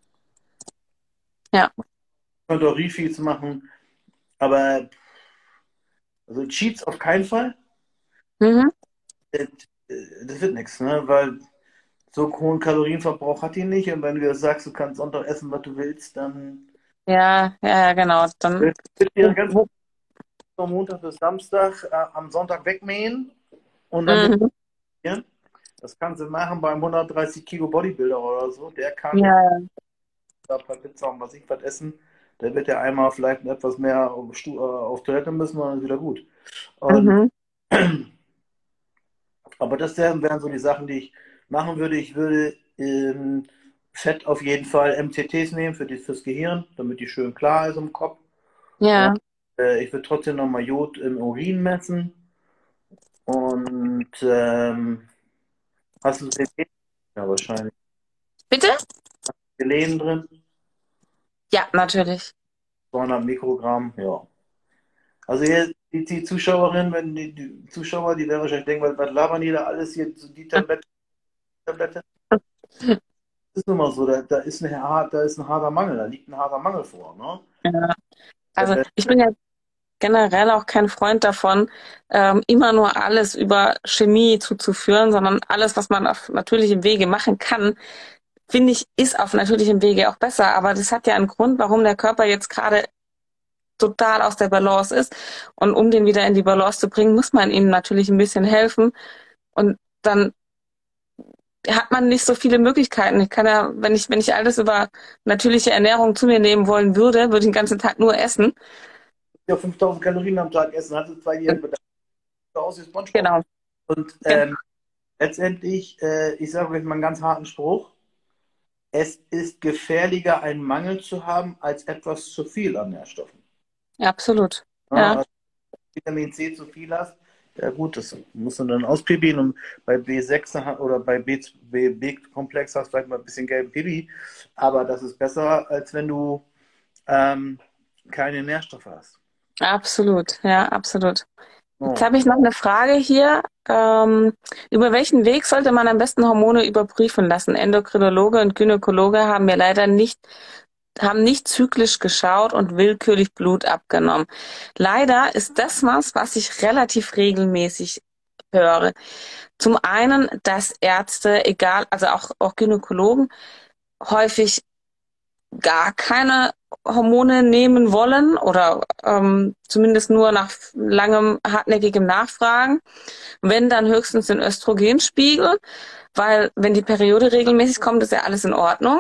Ja. könnt auch Refeeds machen, aber also Cheats auf keinen Fall. Mhm. Das, das wird nichts, ne? Weil so hohen Kalorienverbrauch hat die nicht. Und wenn du dir sagst, du kannst Sonntag essen, was du willst, dann Ja, ja, ja, genau. Dann, wird ihr ganz wo- vom Montag bis Samstag äh, am Sonntag wegmähen und dann mit mhm. dir. Das kannst du machen beim hundertdreißig Kilo Bodybuilder oder so. Der kann Ja, da bei Pizza und was ich was essen. Der wird ja einmal vielleicht etwas mehr auf, Stu- äh, auf Toilette müssen und dann ist wieder gut. Und, mhm. aber das wären, wären so die Sachen, die ich machen würde. Ich würde ähm, Fett auf jeden Fall M C Ts nehmen für die, fürs Gehirn, damit die schön klar ist im Kopf. Und Ja. äh, ich würde trotzdem nochmal Jod im Urin messen. Und ähm, hast du Selen? Ja, wahrscheinlich. Bitte? Selen drin, Ja, natürlich. zweihundert Mikrogramm, ja. Also hier, die, die Zuschauerin, wenn die, die Zuschauer, die werden wahrscheinlich denken, was, was labern die da alles hier, so die Tablette, Tablette. Das ist nun mal so, da, da ist ein, har- da ist ein harter Mangel, da liegt ein harter Mangel vor. Ne? Ja. Also Äh, ich bin ja generell auch kein Freund davon, ähm, immer nur alles über Chemie zuzuführen, sondern alles, was man auf natürlichem Wege machen kann, finde ich, ist auf natürlichem Wege auch besser. Aber das hat ja einen Grund, warum der Körper jetzt gerade total aus der Balance ist. Und um den wieder in die Balance zu bringen, muss man ihm natürlich ein bisschen helfen. Und dann hat man nicht so viele Möglichkeiten. Ich kann ja, wenn ich, wenn ich alles über natürliche Ernährung zu mir nehmen wollen würde, würde ich den ganzen Tag nur essen. Ja, fünftausend Kalorien am Tag essen, hatte zweijährige Bedarf aus wie SpongeBob. Genau. Und ähm, letztendlich, äh, ich sage euch mal einen ganz harten Spruch, es ist gefährlicher, einen Mangel zu haben, als etwas zu viel an Nährstoffen. Ja, absolut. Ja, Ja, also Vitamin C zu viel hast, ja gut, das muss man dann auspipieren und bei B sechs oder bei B, B, B-Komplex hast du vielleicht mal ein bisschen gelben Pipi, aber das ist besser, als wenn du ähm, keine Nährstoffe hast. absolut. Ja, absolut. Jetzt Oh. habe ich noch eine Frage hier. Ähm, über welchen Weg sollte man am besten Hormone überprüfen lassen? Endokrinologe und Gynäkologe haben mir leider nicht, haben nicht zyklisch geschaut und willkürlich Blut abgenommen. Leider ist das was, was ich relativ regelmäßig höre. Zum einen, dass Ärzte, egal, also auch, auch Gynäkologen, häufig gar keine Hormone nehmen wollen oder ähm, zumindest nur nach langem hartnäckigem Nachfragen. Wenn dann höchstens den Östrogenspiegel, weil wenn die Periode regelmäßig kommt, ist ja alles in Ordnung.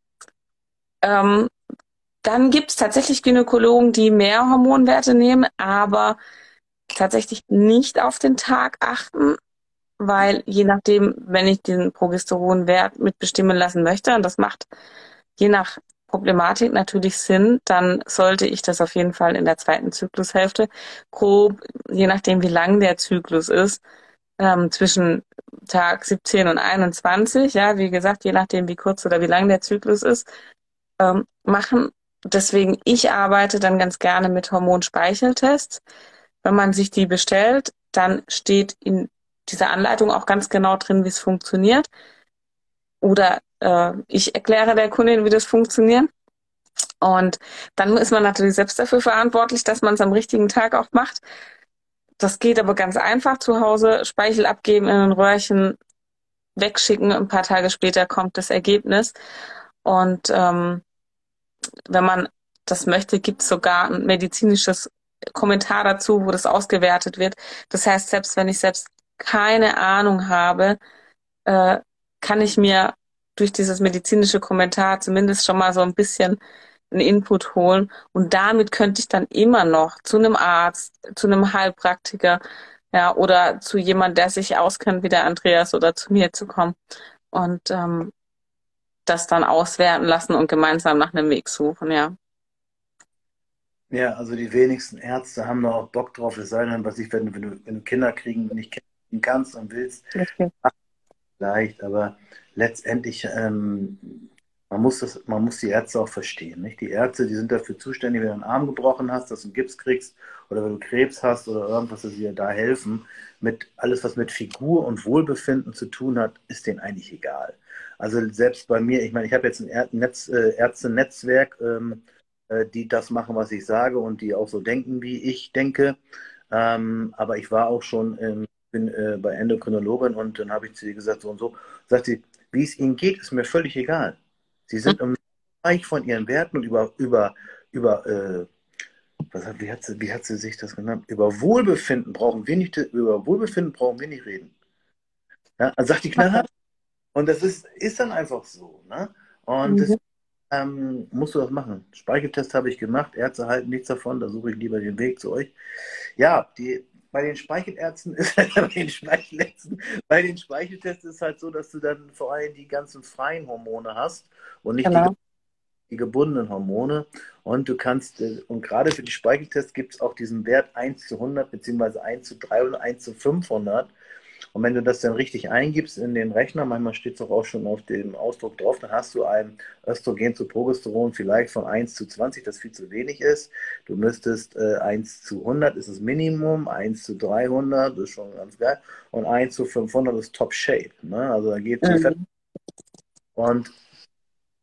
Ähm, Dann gibt es tatsächlich Gynäkologen, die mehr Hormonwerte nehmen, aber tatsächlich nicht auf den Tag achten, weil je nachdem, wenn ich den Progesteronwert mitbestimmen lassen möchte, und das macht je nach Problematik natürlich Sinn, dann sollte ich das auf jeden Fall in der zweiten Zyklushälfte, grob, je nachdem wie lang der Zyklus ist, ähm, zwischen Tag siebzehn und einundzwanzig, ja, wie gesagt, je nachdem wie kurz oder wie lang der Zyklus ist, ähm, machen. Deswegen, ich arbeite dann ganz gerne mit Hormonspeicheltests. Wenn man sich die bestellt, dann steht in dieser Anleitung auch ganz genau drin, wie es funktioniert. Oder äh, ich erkläre der Kundin, wie das funktioniert. Und dann ist man natürlich selbst dafür verantwortlich, dass man es am richtigen Tag auch macht. Das geht aber ganz einfach zu Hause, Speichel abgeben in ein Röhrchen, wegschicken, ein paar Tage später kommt das Ergebnis. Und ähm, wenn man das möchte, gibt es sogar ein medizinisches Kommentar dazu, wo das ausgewertet wird. Das heißt, selbst wenn ich selbst keine Ahnung habe, äh, kann ich mir durch dieses medizinische Kommentar zumindest schon mal so ein bisschen einen Input holen. Und damit könnte ich dann immer noch zu einem Arzt, zu einem Heilpraktiker, ja, oder zu jemand, der sich auskennt, wie der Andreas, oder zu mir zu kommen und ähm, das dann auswerten lassen und gemeinsam nach einem Weg suchen, ja. Ja, also die wenigsten Ärzte haben da auch Bock drauf, es sei denn, was ich, wenn, du- wenn du, wenn du Kinder kriegen, nicht kriegen kannst und willst, Okay. leicht, aber letztendlich, ähm, man muss das, man muss die Ärzte auch verstehen, nicht? Die Ärzte, die sind dafür zuständig, wenn du einen Arm gebrochen hast, dass du einen Gips kriegst oder wenn du Krebs hast oder irgendwas, dass sie dir da helfen. Mit alles, was mit Figur und Wohlbefinden zu tun hat, ist denen eigentlich egal. Also selbst bei mir, ich meine, ich habe jetzt ein Är Netz, äh, Ärzte-Netzwerk, ähm, äh, die das machen, was ich sage und die auch so denken, wie ich denke. Ähm, aber ich war auch schon im bin äh, bei Endokrinologin und dann habe ich zu ihr gesagt, so und so. Sagt sie, wie es Ihnen geht, ist mir völlig egal. Sie sind im Bereich von Ihren Werten und über, über, über äh, was hat, wie, hat sie, wie hat sie sich das genannt? Über Wohlbefinden brauchen wir nicht, über Wohlbefinden brauchen wir nicht reden. Ja, dann sagt die knallhart. Und das ist, ist dann einfach so. Ne? Und das Mhm. ähm, musst du das machen. Speicheltest habe ich gemacht, Ärzte halten nichts davon, da suche ich lieber den Weg zu euch. Ja, die, bei den Speichelärzten ist halt bei den Speichelärzten, bei den Speicheltests ist halt so, dass du dann vor allem die ganzen freien Hormone hast und nicht die, Genau. die gebundenen Hormone. Und du kannst, äh, und gerade für die Speicheltests gibt es auch diesen Wert eins zu hundert, beziehungsweise eins zu dreihundert, eins zu fünfhundert. Und wenn du das dann richtig eingibst in den Rechner, manchmal steht es auch schon auf dem Ausdruck drauf, dann hast du ein Östrogen zu Progesteron vielleicht von eins zu zwanzig, das viel zu wenig ist. Du müsstest äh, eins zu hundert ist das Minimum, eins zu dreihundert ist schon ganz geil und eins zu fünfhundert ist Top Shape. Ne? Also da geht viel Fett. Mhm. Und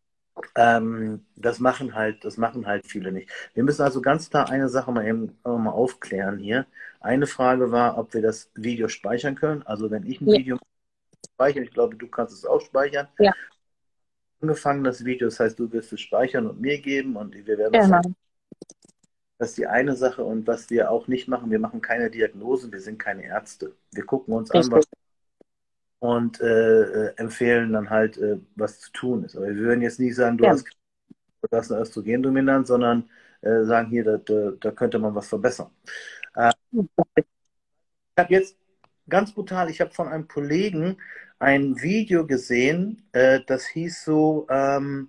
Ähm, das machen halt, das machen halt viele nicht. Wir müssen also ganz klar eine Sache mal eben äh, mal aufklären hier. Eine Frage war, ob wir das Video speichern können. Also wenn ich ein Ja, Video speichere, ich glaube, du kannst es auch speichern. ja, Angefangen das Video, das heißt, du wirst es speichern und mir geben und wir werden das dann. genau. Das ist die eine Sache und was wir auch nicht machen, wir machen keine Diagnosen, wir sind keine Ärzte. Wir gucken uns an, was Richtig. und äh, äh, empfehlen dann halt, äh, was zu tun ist. Aber wir würden jetzt nicht sagen, du Ja. hast, du hast eine Östrogendominanz, sondern äh, sagen, hier, da, da, da könnte man was verbessern. Äh, ich habe jetzt ganz brutal, ich habe von einem Kollegen ein Video gesehen, äh, das hieß so, ähm,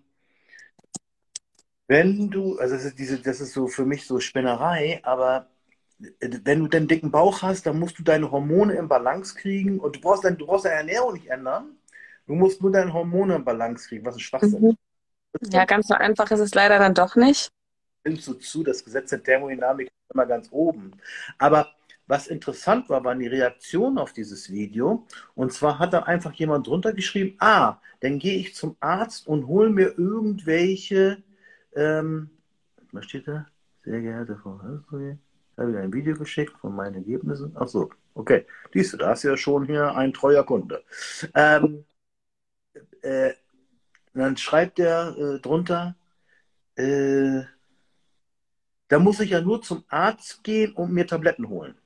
wenn du, also das ist, diese, das ist so für mich so Spinnerei, aber äh, wenn du den dicken Bauch hast, dann musst du deine Hormone in Balance kriegen und du brauchst, dein, du brauchst deine Ernährung nicht ändern. Du musst nur deine Hormone in Balance kriegen, was ein Schwachsinn Mhm. ist. Das Ja, kommt ganz so einfach ist es leider dann doch nicht. so zu, das Gesetz der Thermodynamik ist immer ganz oben. Aber was interessant war, waren die Reaktionen auf dieses Video. Und zwar hat dann einfach jemand drunter geschrieben, ah, dann gehe ich zum Arzt und hole mir irgendwelche, ähm, was steht da? Sehr geehrte Frau Hörsel, ich habe wieder ein Video geschickt von meinen Ergebnissen. Ach so, okay. Siehst du, da ist ja schon hier ein treuer Kunde. Ähm, äh, dann schreibt er äh, drunter, äh, da muss ich ja nur zum Arzt gehen und mir Tabletten holen.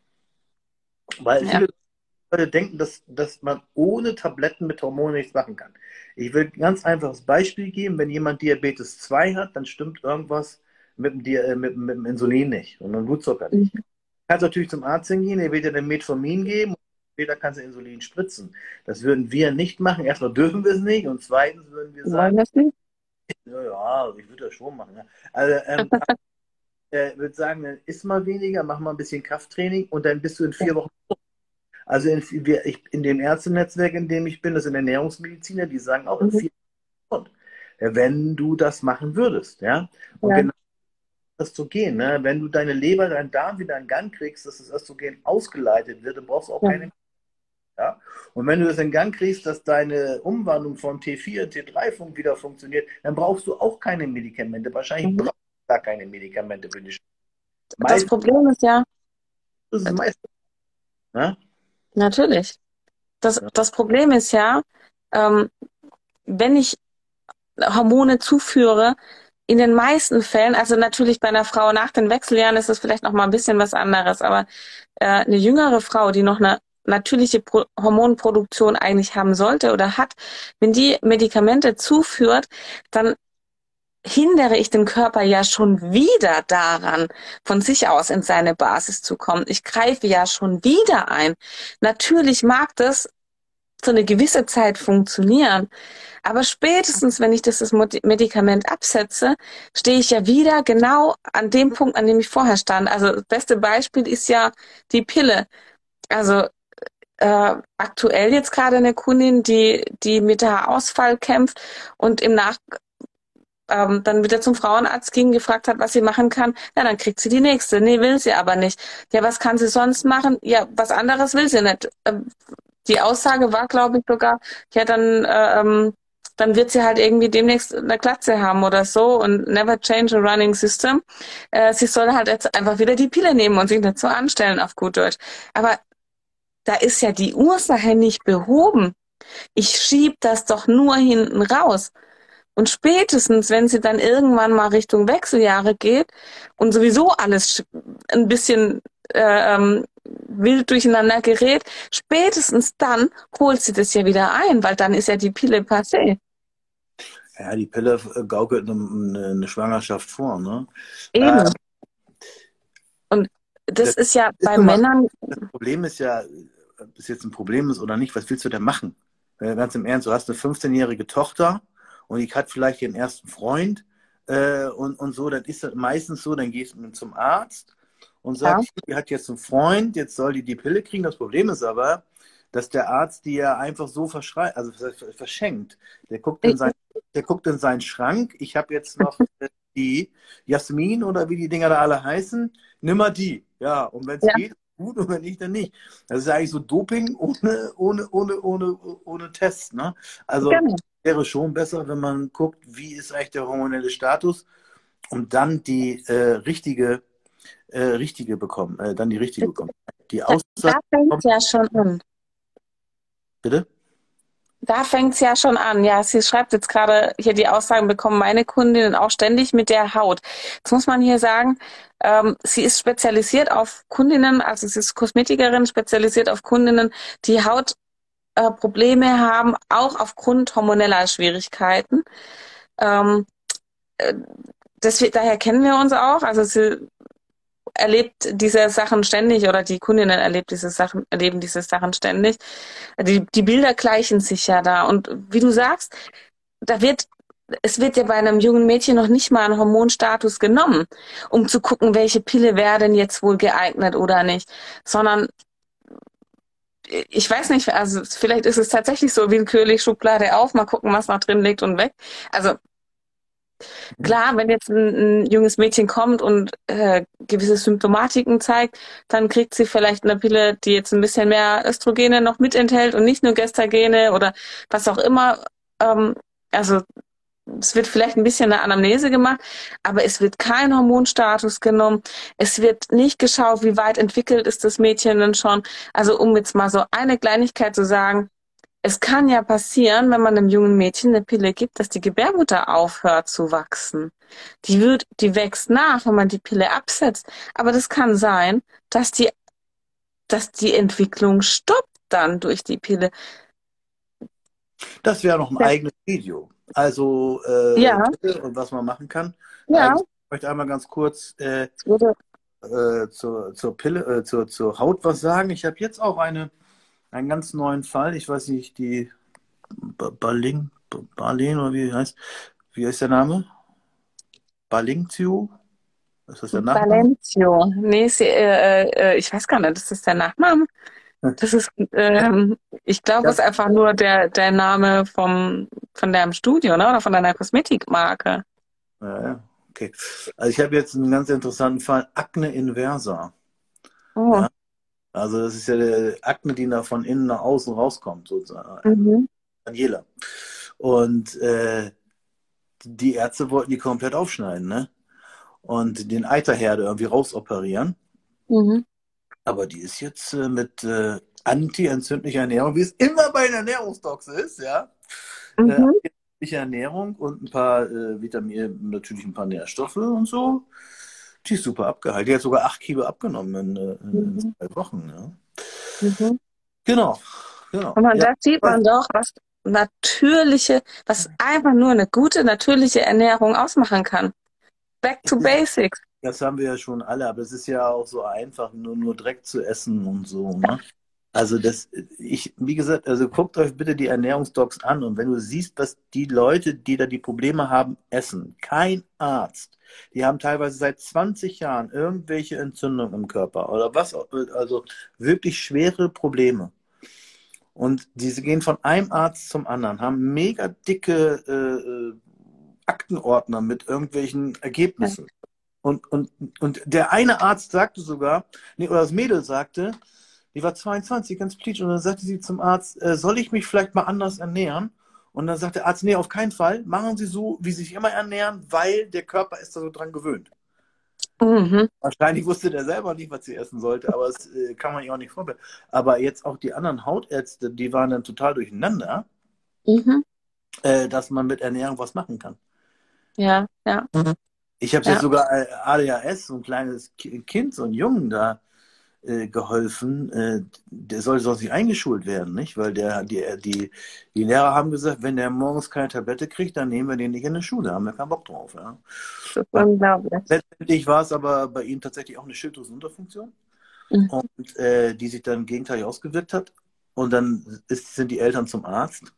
Weil Ja. viele Leute denken, dass, dass man ohne Tabletten mit Hormonen nichts machen kann. Ich will ein ganz einfaches Beispiel geben. Wenn jemand Diabetes zwei hat, dann stimmt irgendwas mit dem, Di- äh, mit, mit dem Insulin nicht und mit dem Blutzucker nicht. Mhm. Du kannst natürlich zum Arzt hingehen, der wird dir dann Metformin geben und später kannst du Insulin spritzen. Das würden wir nicht machen. Erstmal dürfen wir es nicht und zweitens würden wir Wir sagen, wollen das nicht. ja, ja, ich würde das schon machen. Ja. Also, ähm, äh, würde sagen, dann isst mal weniger, mach mal ein bisschen Krafttraining und dann bist du in Ja. vier Wochen. Also in, wir, ich, in dem Ärztenetzwerk, in dem ich bin, das sind Ernährungsmediziner, die sagen auch in Mhm. vier Wochen, ja, wenn du das machen würdest, ja. Und Ja. genau das Östrogen, ne? Wenn du deine Leber, deinen Darm wieder in Gang kriegst, dass das Östrogen ausgeleitet wird, dann brauchst du auch Ja. keine. Ja? Und wenn du das in Gang kriegst, dass deine Umwandlung von T vier in T drei fun wieder funktioniert, dann brauchst du auch keine Medikamente. Wahrscheinlich Mhm. brauchst du gar keine Medikamente für die. Das Meistens Problem ist ja, ist es meistens, ne? natürlich, das, Ja. das Problem ist ja, ähm, wenn ich Hormone zuführe, in den meisten Fällen, also natürlich bei einer Frau nach den Wechseljahren ist es vielleicht noch mal ein bisschen was anderes, aber äh, eine jüngere Frau, die noch eine natürliche Pro Hormonproduktion eigentlich haben sollte oder hat, wenn die Medikamente zuführt, dann hindere ich den Körper ja schon wieder daran, von sich aus in seine Basis zu kommen. Ich greife ja schon wieder ein. Natürlich mag das für eine gewisse Zeit funktionieren, aber spätestens, wenn ich das, das Medikament absetze, stehe ich ja wieder genau an dem Punkt, an dem ich vorher stand. Also das beste Beispiel ist ja die Pille. Also äh, aktuell jetzt gerade eine Kundin, die, die mit Haarausfall kämpft und im Nach ähm, dann wieder zum Frauenarzt ging, gefragt hat, was sie machen kann. Ja, dann kriegt sie die nächste. Nee, will sie aber nicht. Ja, was kann sie sonst machen? Ja, was anderes will sie nicht. Ähm, die Aussage war, glaube ich, sogar, ja, dann, äh, ähm, dann wird sie halt irgendwie demnächst eine Glatze haben oder so und never change a running system. Äh, sie soll halt jetzt einfach wieder die Pille nehmen und sich nicht so anstellen, auf gut Deutsch. Aber da ist ja die Ursache nicht behoben. Ich schieb das doch nur hinten raus. Und spätestens, wenn sie dann irgendwann mal Richtung Wechseljahre geht und sowieso alles ein bisschen äh, ähm, wild durcheinander gerät, spätestens dann holt sie das ja wieder ein, weil dann ist ja die Pille passé. Ja, die Pille äh, gaukelt eine, eine Schwangerschaft vor, ne? Äh, Eben. Und das das ist ja ist bei nun mal, Männern, das Problem ist ja, ob es jetzt ein Problem ist oder nicht, was willst du denn machen? Äh, ganz im Ernst, du hast eine fünfzehnjährige Tochter und die hat vielleicht ihren ersten Freund äh, und, und so, das ist meistens so, dann gehst du zum Arzt und ja, sagst, die hat jetzt einen Freund, jetzt soll die die Pille kriegen. Das Problem ist aber, dass der Arzt die ja einfach so verschreibt, also verschenkt. Der guckt in sein, der guckt in seinen Schrank. Ich habe jetzt noch die Jasmin oder wie die Dinger da alle heißen. Nimm mal die. Ja, und wenn es ja, geht, gut, und wenn nicht, dann nicht. Das ist ja eigentlich so Doping ohne, ohne, ohne, ohne, ohne Test. Ne? Also genau. wäre schon besser, wenn man guckt, wie ist eigentlich der hormonelle Status, um dann die äh, richtige, äh, richtige bekommen, äh, dann die richtige bekommen. Die Da, Aussage, da fängt es ja schon an. bitte? Da fängt es ja schon an. Ja, sie schreibt jetzt gerade hier die Aussagen, bekommen meine Kundinnen auch ständig mit der Haut. Jetzt muss man hier sagen, ähm, sie ist spezialisiert auf Kundinnen, also sie ist Kosmetikerin, spezialisiert auf Kundinnen, die Hautprobleme äh, Probleme haben, auch aufgrund hormoneller Schwierigkeiten. Ähm, äh, deswegen, daher kennen wir uns auch. Also sie erlebt diese Sachen ständig oder die Kundinnen erlebt diese Sachen, erleben diese Sachen ständig. Die, die Bilder gleichen sich ja da. Und wie du sagst, da wird, es wird ja bei einem jungen Mädchen noch nicht mal ein Hormonstatus genommen, um zu gucken, welche Pille wäre denn jetzt wohl geeignet oder nicht, sondern ich weiß nicht, also vielleicht ist es tatsächlich so willkürlich Schublade auf, mal gucken, was noch drin liegt und weg. Also klar, wenn jetzt ein, ein junges Mädchen kommt und äh, gewisse Symptomatiken zeigt, dann kriegt sie vielleicht eine Pille, die jetzt ein bisschen mehr Östrogene noch mit enthält und nicht nur Gestagene oder was auch immer. Ähm, also es wird vielleicht ein bisschen eine Anamnese gemacht, aber es wird kein Hormonstatus genommen. Es wird nicht geschaut, wie weit entwickelt ist das Mädchen denn schon. Also um jetzt mal so eine Kleinigkeit zu sagen, es kann ja passieren, wenn man einem jungen Mädchen eine Pille gibt, dass die Gebärmutter aufhört zu wachsen. Die wird, die wächst nach, wenn man die Pille absetzt. Aber das kann sein, dass die, dass die Entwicklung stoppt dann durch die Pille. Das wäre noch ein Ja, eigenes Video. Also, äh, ja, Pille und was man machen kann. Ein ja, eigenes, ich möchte einmal ganz kurz äh, es wurde, äh, zur, zur Pille, äh, zur, zur Haut was sagen. Ich habe jetzt auch eine, einen ganz neuen Fall. Ich weiß nicht, die Ba- Baling, Ba- Balin oder wie heißt, wie heißt der Name? Balingzio? Ist das der Nachname? Valentio. Nee, sie, äh, äh, ich weiß gar nicht, das ist der Nachname. Das ist, ähm, ich glaube, es Ja, ist einfach nur der, der Name vom, von deinem Studio, ne? Oder von deiner Kosmetikmarke. ja, ja, okay. Also ich habe jetzt einen ganz interessanten Fall, Akne inversa. Oh, Ja, also das ist ja der Akne, die nach, von innen nach außen rauskommt, sozusagen. mhm, Daniela. Und äh, die Ärzte wollten die komplett aufschneiden, ne? Und den Eiterherde irgendwie rausoperieren. mhm, Aber die ist jetzt äh, mit äh, anti-entzündlicher Ernährung, wie es immer bei einer Ernährungsdox ist, ja. Äh, mhm, anti-entzündliche Ernährung und ein paar äh, Vitamine, natürlich ein paar Nährstoffe und so. Die ist super abgehalten. Die hat sogar acht Kilo abgenommen in, äh, in, in mhm, zwei Wochen, ja. mhm. Genau, genau. Und man, Ja, da sieht man doch, was natürliche, was einfach nur eine gute natürliche Ernährung ausmachen kann. Back to basics. das haben wir ja schon alle, aber es ist ja auch so einfach, nur, nur Dreck zu essen und so, ne? Also das, ich, wie gesagt, also guckt euch bitte die Ernährungsdocs an und wenn du siehst, was die Leute, die da die Probleme haben, essen, kein Arzt, die haben teilweise seit zwanzig Jahren irgendwelche Entzündungen im Körper oder was, auch- also wirklich schwere Probleme. Und diese gehen von einem Arzt zum anderen, haben mega dicke äh, äh, Aktenordner mit irgendwelchen Ja. Ergebnissen. Und, und, und der eine Arzt sagte sogar, nee, oder das Mädel sagte, die war zweiundzwanzig, ganz pleatsch, und dann sagte sie zum Arzt, äh, soll ich mich vielleicht mal anders ernähren? Und dann sagt der Arzt, nee, auf keinen Fall, machen Sie so, wie Sie sich immer ernähren, weil der Körper ist da so dran gewöhnt. Mhm, Wahrscheinlich wusste der selber nicht, was sie essen sollte, aber das äh, kann man ihr auch nicht vorstellen. Aber jetzt auch die anderen Hautärzte, die waren dann total durcheinander, mhm. äh, dass man mit Ernährung was machen kann. Ja, ja, Ich habe jetzt ja. sogar äh, A D H S, so ein kleines Ki- Kind, so ein Jungen da äh, geholfen. Äh, der soll sonst nicht eingeschult werden, nicht? Weil der, die, die, die Lehrer haben gesagt, wenn der morgens keine Tablette kriegt, dann nehmen wir den nicht in die Schule, haben wir keinen Bock drauf. Ja? Das ist unglaublich. Letztendlich war es aber bei ihm tatsächlich auch eine Schilddrüsenunterfunktion Mhm. und äh, die sich dann gegenteilig ausgewirkt hat. Und dann ist, sind die Eltern zum Arzt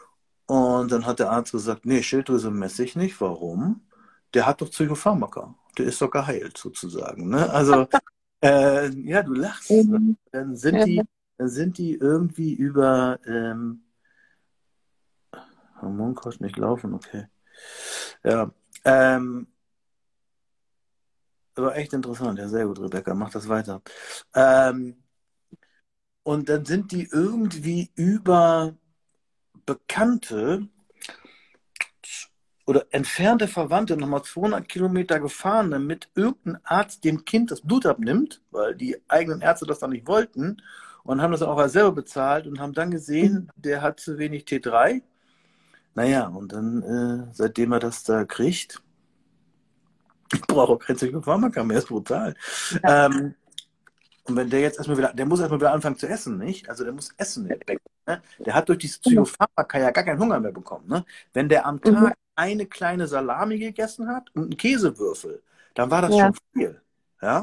und dann hat der Arzt gesagt, nee, Schilddrüse messe ich nicht. Warum? Der hat doch Psychopharmaka. Der ist doch geheilt sozusagen. Ne? Also, äh, ja, du lachst. Ne? Mhm. Dann sind Ja. die, dann sind die irgendwie über ähm, Hormonkosten nicht laufen, okay. Ja. Ähm, aber echt interessant. Ja, sehr gut, Rebecca. Mach das weiter. Ähm, und dann sind die irgendwie über Bekannte oder entfernte Verwandte nochmal zweihundert Kilometer gefahren, damit irgendein Arzt dem Kind das Blut abnimmt, weil die eigenen Ärzte das dann nicht wollten und haben das auch selber bezahlt und haben dann gesehen, der hat zu wenig T drei. Naja, und dann, äh, seitdem er das da kriegt, braucht auch kein Psychopharmaka mehr, ist brutal. Ja. Ähm, und wenn der jetzt erstmal wieder, der muss erstmal wieder anfangen zu essen, nicht? Also der muss essen, der Beck, ne? Der hat durch dieses Psychopharmaka ja gar keinen Hunger mehr bekommen, ne? Wenn der am Tag eine kleine Salami gegessen hat und einen Käsewürfel, dann war das Ja. schon viel, ja?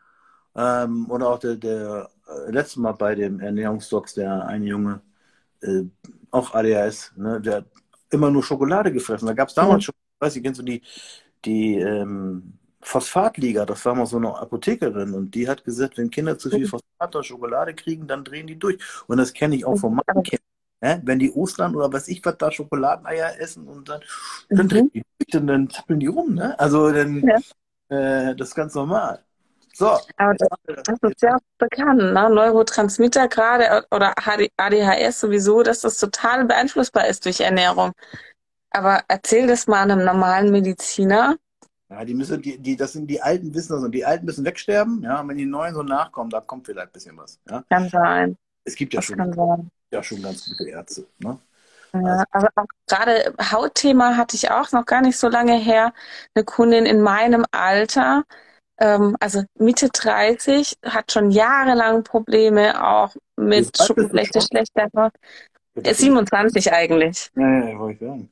Ähm, oder auch der, der äh, letzte Mal bei dem Ernährungsdocs, der eine Junge, äh, auch A D H S, ne? Der hat immer nur Schokolade gefressen. Da gab es damals schon, ich weiß nicht, kennst du die, die ähm, Phosphatliga, das war mal so eine Apothekerin und die hat gesagt, wenn Kinder zu viel Phosphat oder Schokolade kriegen, dann drehen die durch. Und das kenne ich auch von meinen Kindern. Ne? Wenn die Ostern oder weiß ich was da Schokoladeneier essen und dann, dann drehen die durch und dann zappeln die rum. Ne? Also dann, Ja. äh, das ist ganz normal. So. Aber das, das ist ja auch bekannt, ne? Neurotransmitter gerade oder A D H S sowieso, dass das total beeinflussbar ist durch Ernährung. Aber erzähl das mal einem normalen Mediziner. Ja, die müssen, die, die, das sind die Alten wissen das und die Alten müssen wegsterben, ja, und wenn die Neuen so nachkommen, da kommt vielleicht ein bisschen was. Ja. Kann sein. Es gibt ja Das schon, kann sein. ja schon ganz gute Ärzte. Ne? Ja, Also, aber auch gerade Hautthema hatte ich auch noch gar nicht so lange her. Eine Kundin in meinem Alter, ähm, also Mitte dreißig, hat schon jahrelang Probleme auch mit Wie alt bist du Schuppenflechte, schon? schlechter Haut. Äh, siebenundzwanzig eigentlich. Ja, ja, wollte ich sagen.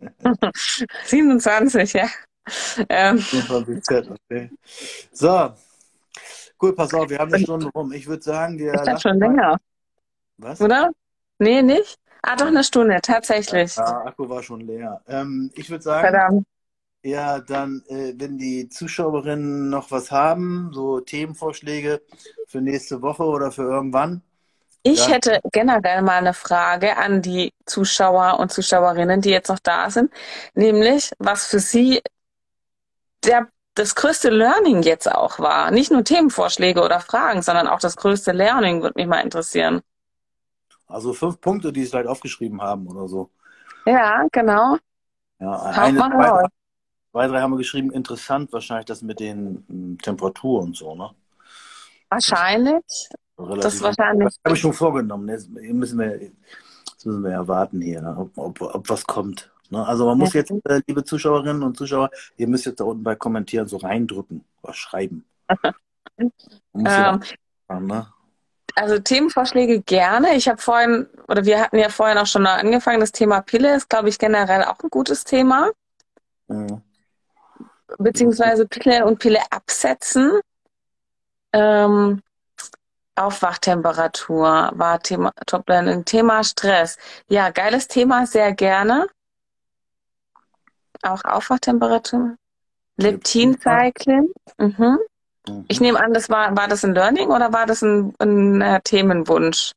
siebenundzwanzig, ja. Ähm, vierundzwanzig Z, okay. So, cool, pass auf, wir haben eine Stunde rum. Ich würde sagen, wir ist das lassen schon mal. länger, Was? oder? Nee, nicht? Ah, doch eine Stunde, tatsächlich. Ja, Akku war schon leer. Ähm, ich würde sagen, Verdammt. ja, dann, äh, wenn die Zuschauerinnen noch was haben, so Themenvorschläge für nächste Woche oder für irgendwann, Ich dann, hätte generell mal eine Frage an die Zuschauer und Zuschauerinnen, die jetzt noch da sind, nämlich, was für Sie der, das größte Learning jetzt auch war. Nicht nur Themenvorschläge oder Fragen, sondern auch das größte Learning würde mich mal interessieren. also fünf Punkte, die sie vielleicht aufgeschrieben haben oder so. Ja, genau. Ja, Haut eine, mal zwei, raus. drei, zwei, drei haben wir geschrieben, interessant wahrscheinlich das mit den m, Temperaturen und so, ne? Wahrscheinlich. Das Relativ. wahrscheinlich. Das habe ich schon vorgenommen. Jetzt müssen wir, jetzt müssen wir ja warten hier, ne? ob, ob, ob was kommt. Ne? Also man muss jetzt, äh, liebe Zuschauerinnen und Zuschauer, ihr müsst jetzt da unten bei Kommentieren so reindrücken, was schreiben. Man muss ja Ähm, machen, ne? also Themenvorschläge gerne. Ich habe vorhin, oder wir hatten ja vorhin auch schon mal angefangen, das Thema Pille ist, glaube ich, generell auch ein gutes Thema. Ja. Beziehungsweise Pille und Pille absetzen. Ähm, Aufwachtemperatur war Thema Top-Learning. Thema Stress. Ja, geiles Thema, sehr gerne. Auch Aufwachtemperatur. Leptin-Cycling. Mhm. Mhm. Ich nehme an, das war, war das ein Learning oder war das ein, ein äh, Themenwunsch?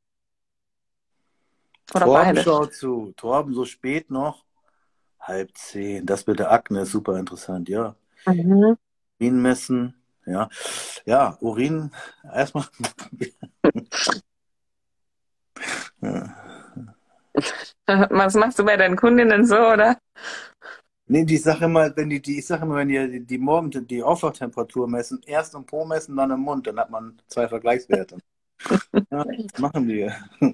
Oder Torben beides? schaut zu. Torben so spät noch. Halb zehn. Das mit der Akne ist super interessant, ja. Mhm. Urin messen. Ja, ja, Urin erstmal. Ja. Was machst du bei deinen Kundinnen so, oder? Nee, die Sache mal, wenn die, die, ich sage immer, wenn die, die, die morgen die Aufwachtemperatur messen, erst im Po messen, dann im Mund, dann hat man zwei Vergleichswerte. Ja, das machen die.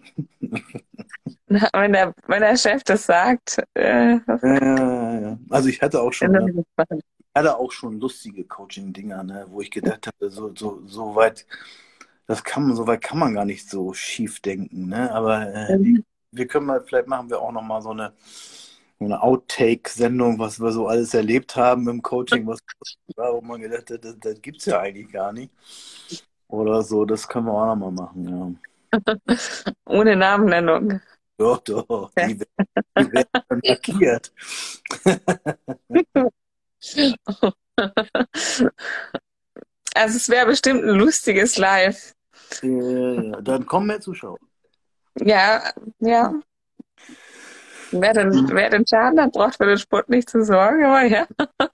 Wenn der, wenn der Chef das sagt. Äh, Ja, ja. Also ich hatte auch schon, dann ne, hatte auch schon lustige Coaching-Dinger, ne, wo ich gedacht habe, so, so, so weit, das kann man, so weit kann man gar nicht so schief denken, ne? Aber äh, die, wir können mal, vielleicht machen wir auch nochmal so eine, so eine Outtake-Sendung, was wir so alles erlebt haben im Coaching, was war, wo man gedacht hat, das, das gibt es ja eigentlich gar nicht. Oder so, das können wir auch nochmal machen, ja. Ohne Namennennung. Doch, doch, die, die werden dann markiert. Also es wäre bestimmt ein lustiges Live. Äh, dann kommen mehr Zuschauer. Ja, ja. Wer den, wer den Schaden hat, braucht für den Sport nicht zu sorgen, aber ja.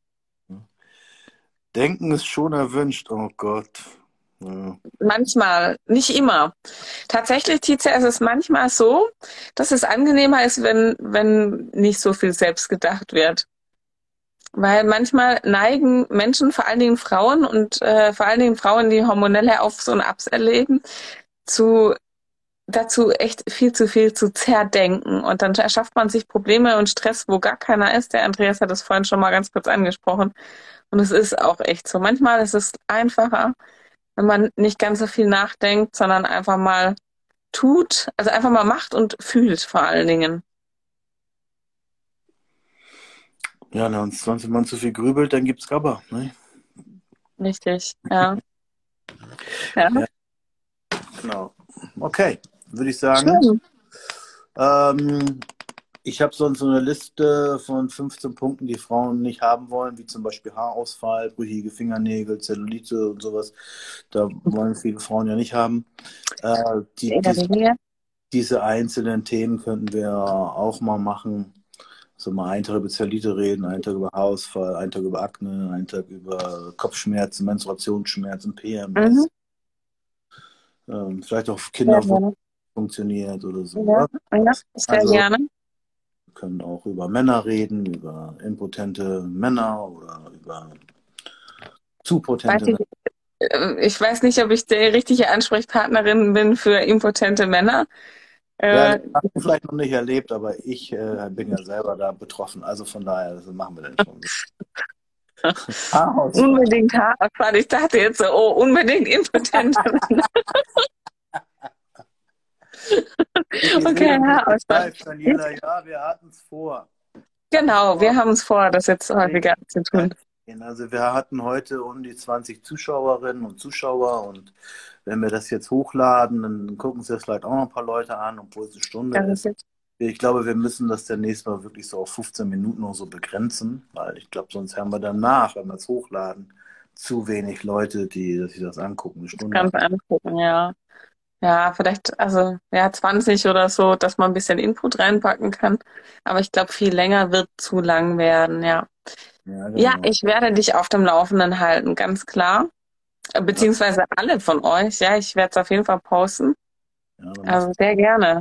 Denken ist schon erwünscht, oh Gott. Ja. Manchmal, nicht immer. Tatsächlich, Tizia, ist es manchmal so, dass es angenehmer ist, wenn, wenn nicht so viel selbst gedacht wird. Weil manchmal neigen Menschen, vor allen Dingen Frauen und äh, vor allen Dingen Frauen, die hormonelle Aufs und Abs erleben, zu dazu echt viel zu viel zu zerdenken. Und dann erschafft man sich Probleme und Stress, wo gar keiner ist. Der Andreas hat das vorhin schon mal ganz kurz angesprochen. Und es ist auch echt so. Manchmal ist es einfacher, wenn man nicht ganz so viel nachdenkt, sondern einfach mal tut, also einfach mal macht und fühlt vor allen Dingen. Ja, na, und sonst, wenn man zu viel grübelt, dann gibt's Gabber, ne? Richtig, ja. Ja, Ja, genau. Okay, würde ich sagen. schön. Ähm, ich habe sonst so eine Liste von fünfzehn Punkten, die Frauen nicht haben wollen, wie zum Beispiel Haarausfall, brüchige Fingernägel, Zellulite und sowas. Da wollen viele Frauen ja nicht haben. Äh, die, Ja, die, ja. diese einzelnen Themen könnten wir auch mal machen. So mal einen Tag über Zellulite reden, einen Tag über Haarausfall, einen Tag über Akne, einen Tag über Kopfschmerzen, Menstruationsschmerzen, P M S. Mhm. Ähm, vielleicht auch Sehr Kinderwunsch gerne. funktioniert oder Ja, so. ja, sehr Also gerne. wir können auch über Männer reden, über impotente Männer oder über zu Weiß potente ich, Männer. äh, ich weiß nicht, ob ich die richtige Ansprechpartnerin bin für impotente Männer. Ja, das Äh, hast du vielleicht noch nicht erlebt, aber ich äh, bin ja selber da betroffen. Also von daher, das machen wir dann schon. Haarausfall. unbedingt Haarausfall. Ich dachte jetzt so, oh, unbedingt impotente Männer. Ich sehe Okay, das jetzt Haarausfall. live, Daniela. Ja, wir hatten es vor. Hatten es Genau, wir vor. haben es vor, das jetzt häufiger zu tun. Also wir hatten heute um die zwanzig Zuschauerinnen und Zuschauer und wenn wir das jetzt hochladen, dann gucken sich das vielleicht auch noch ein paar Leute an, obwohl es eine Stunde Das ist ist. jetzt Ich glaube, wir müssen das demnächst mal wirklich so auf fünfzehn Minuten oder so begrenzen, weil ich glaube, sonst haben wir danach, wenn wir es hochladen, zu wenig Leute, die sich das angucken, eine Stunde ganz lang. angucken, ja. Ja, vielleicht, also ja, zwanzig oder so, dass man ein bisschen Input reinpacken kann. Aber ich glaube, viel länger wird zu lang werden, ja. Ja, Ja, genau. ich werde dich auf dem Laufenden halten, ganz klar. Äh, Ja, Beziehungsweise alle von euch, ja, ich werde es auf jeden Fall posten. ja, dann machst Also sehr gerne.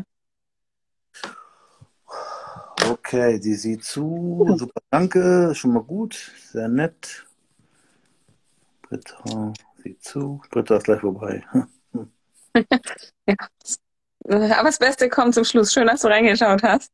du. Okay, die sieht zu. Super, danke. Schon mal gut. Sehr nett. Britta sieht zu. Britta ist gleich vorbei. Ja. Aber das Beste kommt zum Schluss. Schön, dass du reingeschaut hast.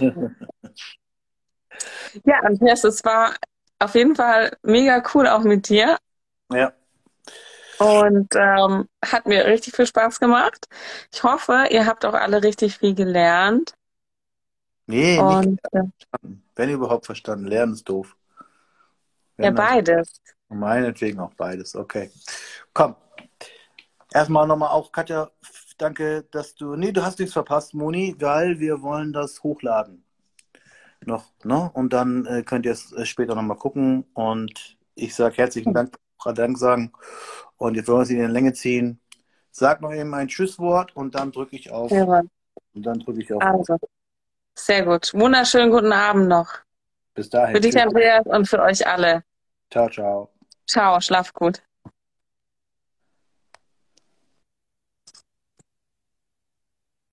Ja, Andreas, es war auf jeden Fall mega cool auch mit dir Ja. und ähm, hat mir richtig viel Spaß gemacht. Ich hoffe, ihr habt auch alle richtig viel gelernt Nee, nicht und äh, verstanden. Wenn überhaupt verstanden. Lernen ist doof. ja, Wenn dann beides. meinetwegen auch beides. Okay. Komm. Erstmal nochmal auch, Katja, danke, dass du. Nee, du hast nichts verpasst, Moni, weil wir wollen das hochladen. Noch, ne? Und dann äh, könnt ihr es äh, später nochmal gucken. Und ich sage herzlichen Dank, Dank sagen. Und jetzt wollen wir es in die Länge ziehen. Sag noch eben ein Tschüsswort und dann drücke ich auf. Ja, Und dann drücke ich auf Auf. also, sehr gut. Wunderschönen guten Abend noch. Bis Für dahin. dich, Tschüss. Andreas, und für euch alle. Ciao, ciao. Ciao, schlaf gut.